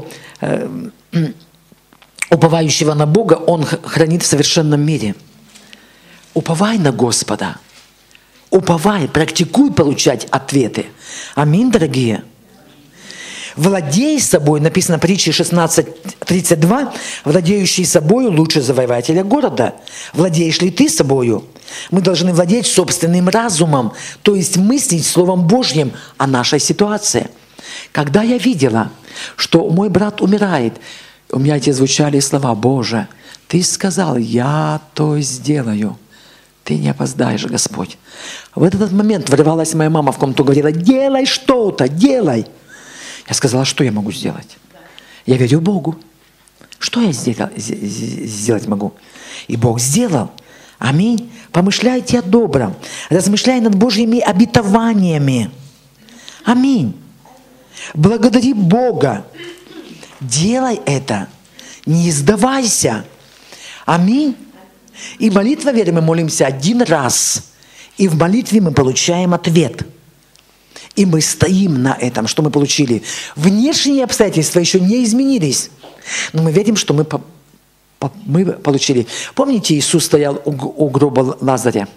уповающего на Бога Он хранит в совершенном мире. Уповай на Господа. Уповай, практикуй получать ответы. Аминь, дорогие. Владей собой, написано в притче 16:32, владеющий собою лучше завоевателя города. Владеешь ли ты собою? Мы должны владеть собственным разумом, то есть мыслить Словом Божьим о нашей ситуации. Когда я видела, что мой брат умирает, у меня эти звучали слова: «Боже, Ты сказал, я то сделаю». Ты не опоздаешь, Господь. В этот момент врывалась моя мама в комнату и говорила: «Делай что-то, делай». Я сказала: что я могу сделать? Я верю Богу. Что я сделать могу? И Бог сделал. Аминь. Помышляйте о добром. Размышляй над Божьими обетованиями. Аминь. Благодари Бога. Делай это. Не сдавайся. Аминь. И молитва веры мы молимся один раз. И в молитве мы получаем ответ. И мы стоим на этом, что мы получили. Внешние обстоятельства еще не изменились. Но мы верим, что мы получили. Помните, Иисус стоял у гроба Лазаря?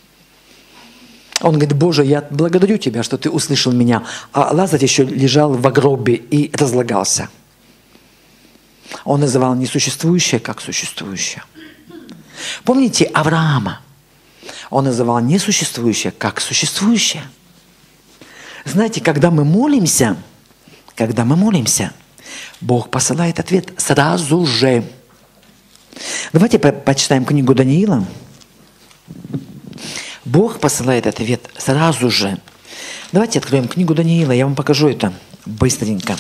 Он говорит: «Боже, я благодарю Тебя, что Ты услышал меня». А Лазарь еще лежал в гробе и разлагался. Он называл несуществующее как существующее. Помните Авраама? Он называл несуществующее как существующее. Знаете, когда мы молимся, Бог посылает ответ сразу же. Давайте почитаем книгу Даниила. Бог посылает ответ сразу же. Давайте откроем книгу Даниила, я вам покажу это быстренько.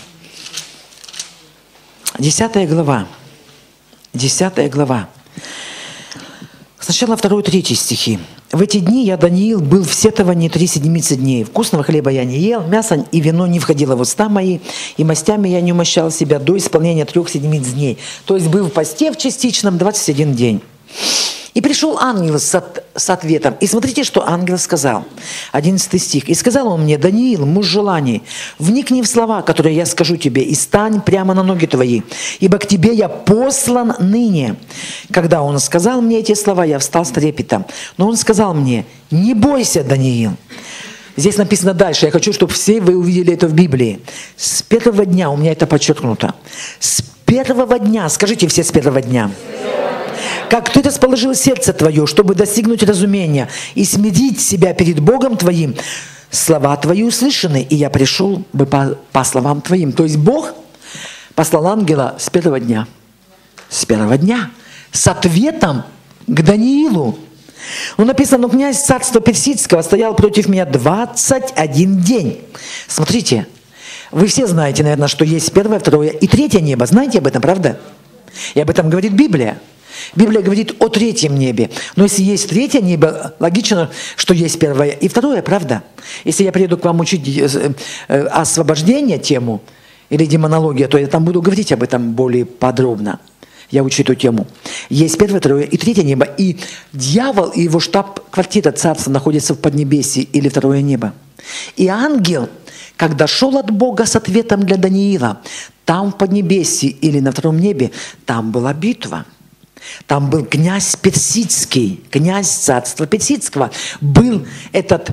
10 глава. 10 глава. Сначала 2-3 стихи. «В эти дни я, Даниил, был в сетовании 3 седмицы дней. Вкусного хлеба я не ел, мясо и вино не входило в уста мои, и мастями я не умощал себя до исполнения 3 седмиц дней». То есть был в посте в частичном 21 день. «И пришел ангел с ответом». И смотрите, что ангел сказал. 11 стих. «И сказал он мне: Даниил, муж желаний, вникни в слова, которые я скажу тебе, и стань прямо на ноги твои, ибо к тебе я послан ныне». Когда он сказал мне эти слова, я встал с трепетом. Но он сказал мне: «Не бойся, Даниил». Здесь написано дальше. Я хочу, чтобы все вы увидели это в Библии. С первого дня, у меня это подчеркнуто. С первого дня, скажите все: с первого дня. Как ты расположил сердце твое, чтобы достигнуть разумения и смирить себя перед Богом твоим, слова твои услышаны, и я пришел бы по словам твоим». То есть Бог послал ангела с первого дня. С первого дня. С ответом к Даниилу. Ну, написано: «Но князь царства персидского стоял против меня 21 день». Смотрите, вы все знаете, наверное, что есть первое, второе и третье небо. Знаете об этом, правда? И об этом говорит Библия. Библия говорит о третьем небе. Но если есть третье небо, логично, что есть первое и второе, правда? Если я приеду к вам учить освобождение тему или демонология, то я там буду говорить об этом более подробно. Я учу эту тему. Есть первое, второе и третье небо. И дьявол и его штаб-квартира царства находятся в Поднебесье или второе небо. И ангел, когда шел от Бога с ответом для Даниила, там в Поднебесье или на втором небе, там была битва. Там был князь персидский, князь царства персидского. Был этот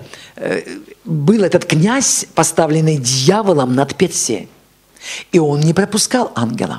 князь, поставленный дьяволом над Персией. И он не пропускал ангела.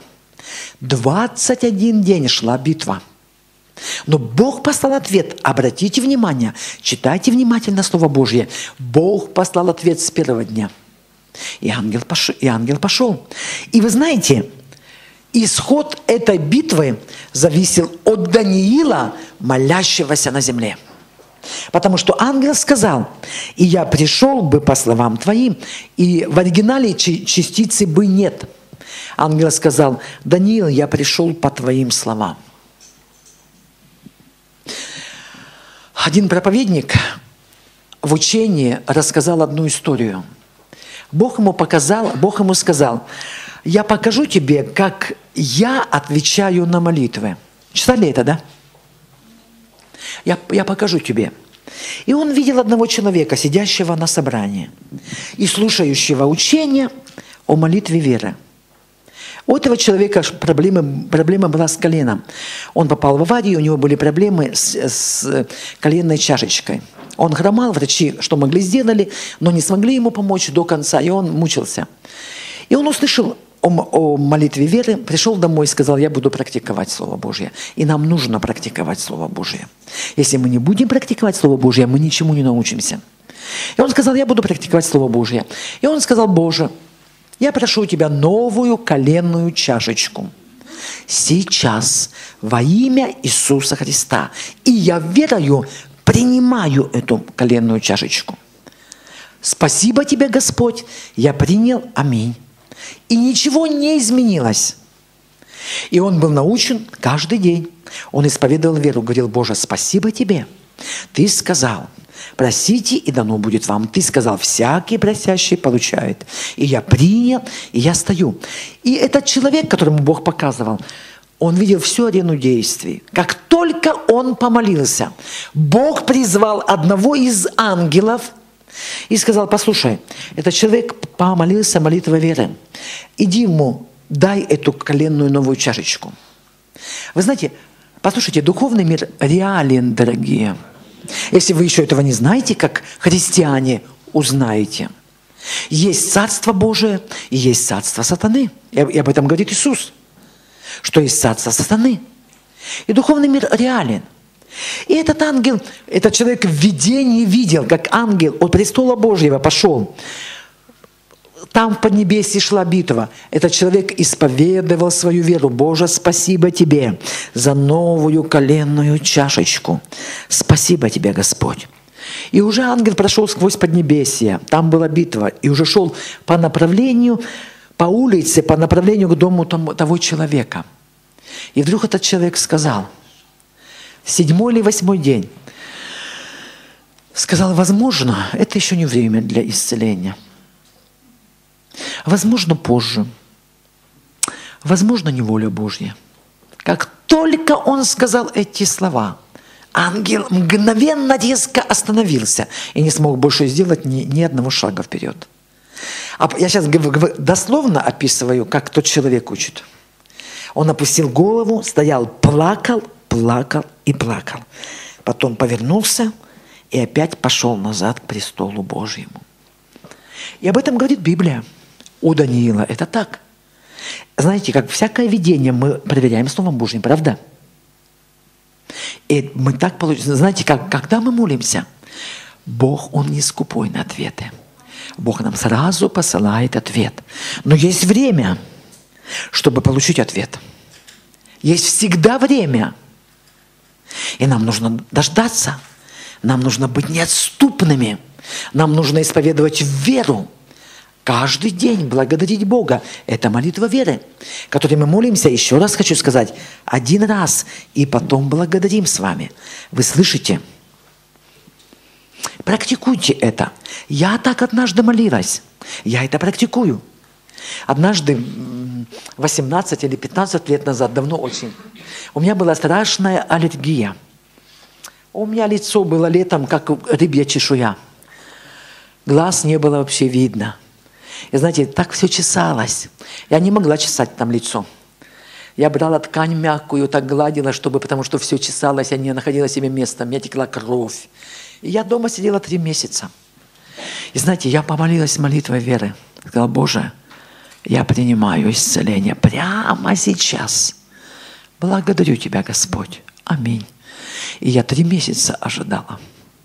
21 день шла битва. Но Бог послал ответ. Обратите внимание, читайте внимательно Слово Божье. Бог послал ответ с первого дня. И ангел пошел. И вы знаете, исход этой битвы зависел от Даниила, молящегося на земле. Потому что ангел сказал: «И я пришел бы по словам твоим», и в оригинале частицы «бы» нет. Ангел сказал: «Даниил, я пришел по твоим словам». Один проповедник в учении рассказал одну историю. Бог ему сказал: «Я покажу тебе, как я отвечаю на молитвы». Читали это, да? Я покажу тебе. И он видел одного человека, сидящего на собрании и слушающего учения о молитве веры. У этого человека проблема была с коленом. Он попал в аварию, у него были проблемы с коленной чашечкой. Он хромал, врачи что могли сделали, но не смогли ему помочь до конца, и он мучился. И он услышал о молитве веры, пришел домой и сказал: «Я буду практиковать Слово Божье». И нам нужно практиковать Слово Божье. Если мы не будем практиковать Слово Божье, мы ничему не научимся. И он сказал: «Я буду практиковать Слово Божье». И он сказал: «Боже, я прошу у тебя новую коленную чашечку. Сейчас во имя Иисуса Христа. И я верою принимаю эту коленную чашечку. Спасибо тебе, Господь, я принял, аминь». И ничего не изменилось. И он был научен каждый день. Он исповедовал веру, говорил: «Боже, спасибо тебе. Ты сказал: просите, и дано будет вам. Ты сказал: всякий просящий получает. И я принял, и я стою». И этот человек, которому Бог показывал, он видел всю арену действий. Как только он помолился, Бог призвал одного из ангелов и сказал: «Послушай, этот человек помолился молитвой веры. Иди ему, дай эту коленную новую чашечку». Вы знаете, послушайте, духовный мир реален, дорогие. Если вы еще этого не знаете, как христиане, узнаете. Есть Царство Божие и есть Царство сатаны. И об этом говорит Иисус, что есть Царство сатаны. И духовный мир реален. И этот ангел, этот человек в видении видел, как ангел от престола Божьего пошел. Там в Поднебесье шла битва. Этот человек исповедовал свою веру. «Боже, спасибо тебе за новую коленную чашечку. Спасибо тебе, Господь». И уже ангел прошел сквозь Поднебесье. Там была битва. И уже шел по направлению, по улице, по направлению к дому того человека. И вдруг этот человек сказал, 7-й или 8-й день, сказал: возможно, это еще не время для исцеления. Возможно, позже. Возможно, не воля Божья. Как только он сказал эти слова, ангел мгновенно резко остановился и не смог больше сделать ни одного шага вперед. Я сейчас дословно описываю, как тот человек учит. Он опустил голову, стоял, плакал и плакал. Потом повернулся и опять пошел назад к престолу Божьему. И об этом говорит Библия. У Даниила это так. Знаете, как всякое видение мы проверяем Словом Божьим, правда? И мы так получим. Знаете, когда мы молимся, Бог, Он не скупой на ответы. Бог нам сразу посылает ответ. Но есть время, чтобы получить ответ. Есть всегда время. И нам нужно дождаться. Нам нужно быть неотступными. Нам нужно исповедовать веру. Каждый день благодарить Бога. Это молитва веры, которой мы молимся, еще раз хочу сказать, один раз, и потом благодарим с вами. Вы слышите? Практикуйте это. Я так однажды молилась. Я это практикую. Однажды, 18 или 15 лет назад, давно очень, у меня была страшная аллергия. У меня лицо было летом, как рыбья чешуя. Глаз не было вообще видно. И знаете, так все чесалось. Я не могла чесать там лицо. Я брала ткань мягкую, так гладила, потому что все чесалось, я не находила себе места, у меня текла кровь. И я дома сидела 3 месяца. И знаете, я помолилась молитвой веры. Сказала: Боже, я принимаю исцеление прямо сейчас. Благодарю Тебя, Господь. Аминь. И я 3 месяца ожидала.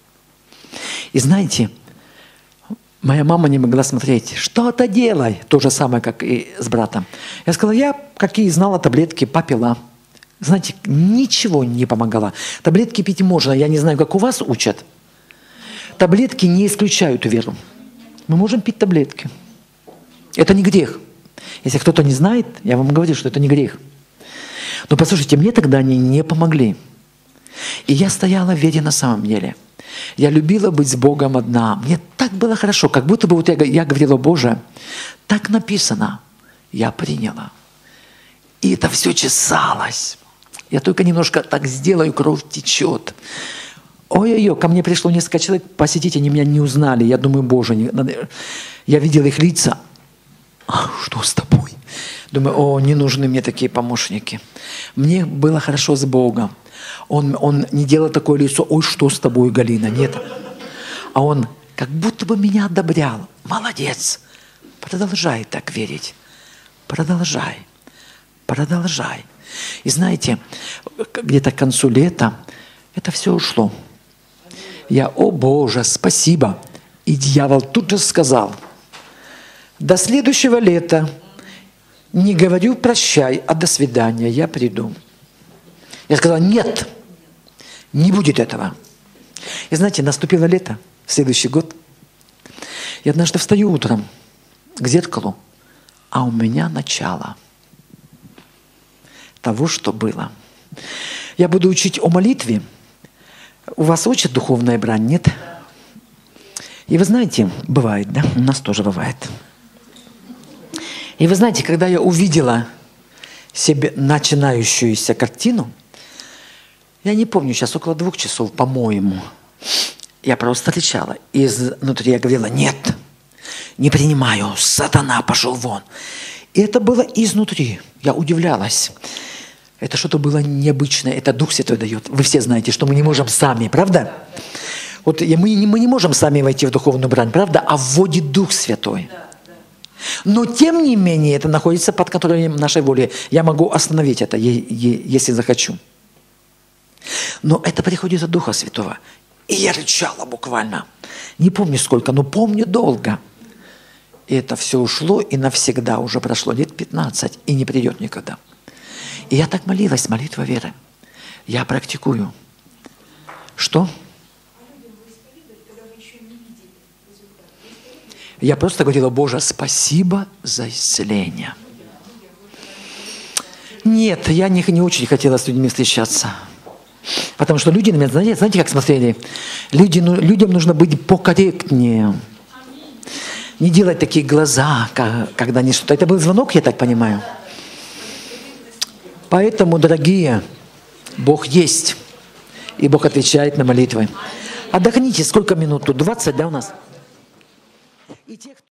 И знаете, моя мама не могла смотреть. Что-то делай. То же самое, как и с братом. Я сказала: я какие знала таблетки, попила. Знаете, ничего не помогало. Таблетки пить можно. Я не знаю, как у вас учат. Таблетки не исключают веру. Мы можем пить таблетки. Это не грех. Если кто-то не знает, я вам говорю, что это не грех. Но послушайте, мне тогда они не помогли. И я стояла в вере на самом деле. Я любила быть с Богом одна. Мне так было хорошо, как будто бы вот я говорила: Боже, так написано. Я приняла. И это все чесалось. Я только немножко так сделаю, кровь течет. Ой-ой-ой, ко мне пришло несколько человек посетить, они меня не узнали. Я думаю: Боже, я видел их лица. Что с тобой? Думаю: не нужны мне такие помощники. Мне было хорошо с Богом. Он не делал такое лицо: ой, что с тобой, Галина? Нет. А он как будто бы меня одобрял. Молодец. Продолжай так верить. Продолжай. Продолжай. И знаете, где-то к концу лета это все ушло. Я: о Боже, спасибо. И дьявол тут же сказал: до следующего лета не говорю прощай, а до свидания, я приду. Я сказала: нет, не будет этого. И знаете, наступило лето, следующий год. Я однажды встаю утром к зеркалу, а у меня начало того, что было. Я буду учить о молитве. У вас учат духовная брань, нет? И вы знаете, бывает, да? У нас тоже бывает. И вы знаете, когда я увидела себе начинающуюся картину, я не помню, сейчас около 2 часов, по-моему, я просто кричала. И изнутри я говорила: нет, не принимаю, сатана, пошел вон. И это было изнутри. Я удивлялась. Это что-то было необычное, это Дух Святой дает. Вы все знаете, что мы не можем сами, правда? Вот мы не можем сами войти в духовную брань, правда? А вводит Дух Святой. Но тем не менее это находится под контролем нашей воли. Я могу остановить это, если захочу. Но это приходит от Духа Святого. И я рычала буквально. Не помню сколько, но помню долго. И это все ушло, и навсегда уже прошло лет 15, и не придет никогда. И я так молилась, молитва веры. Я практикую. Что? Я просто говорила: Боже, спасибо за исцеление. Нет, я не очень хотела с людьми встречаться. Потому что люди на меня, знаете, как смотрели? Людям нужно быть покорректнее. Не делать такие глаза, когда они что-то... Это был звонок, я так понимаю. Поэтому, дорогие, Бог есть. И Бог отвечает на молитвы. Отдохните, сколько минут тут? 20, да, у нас?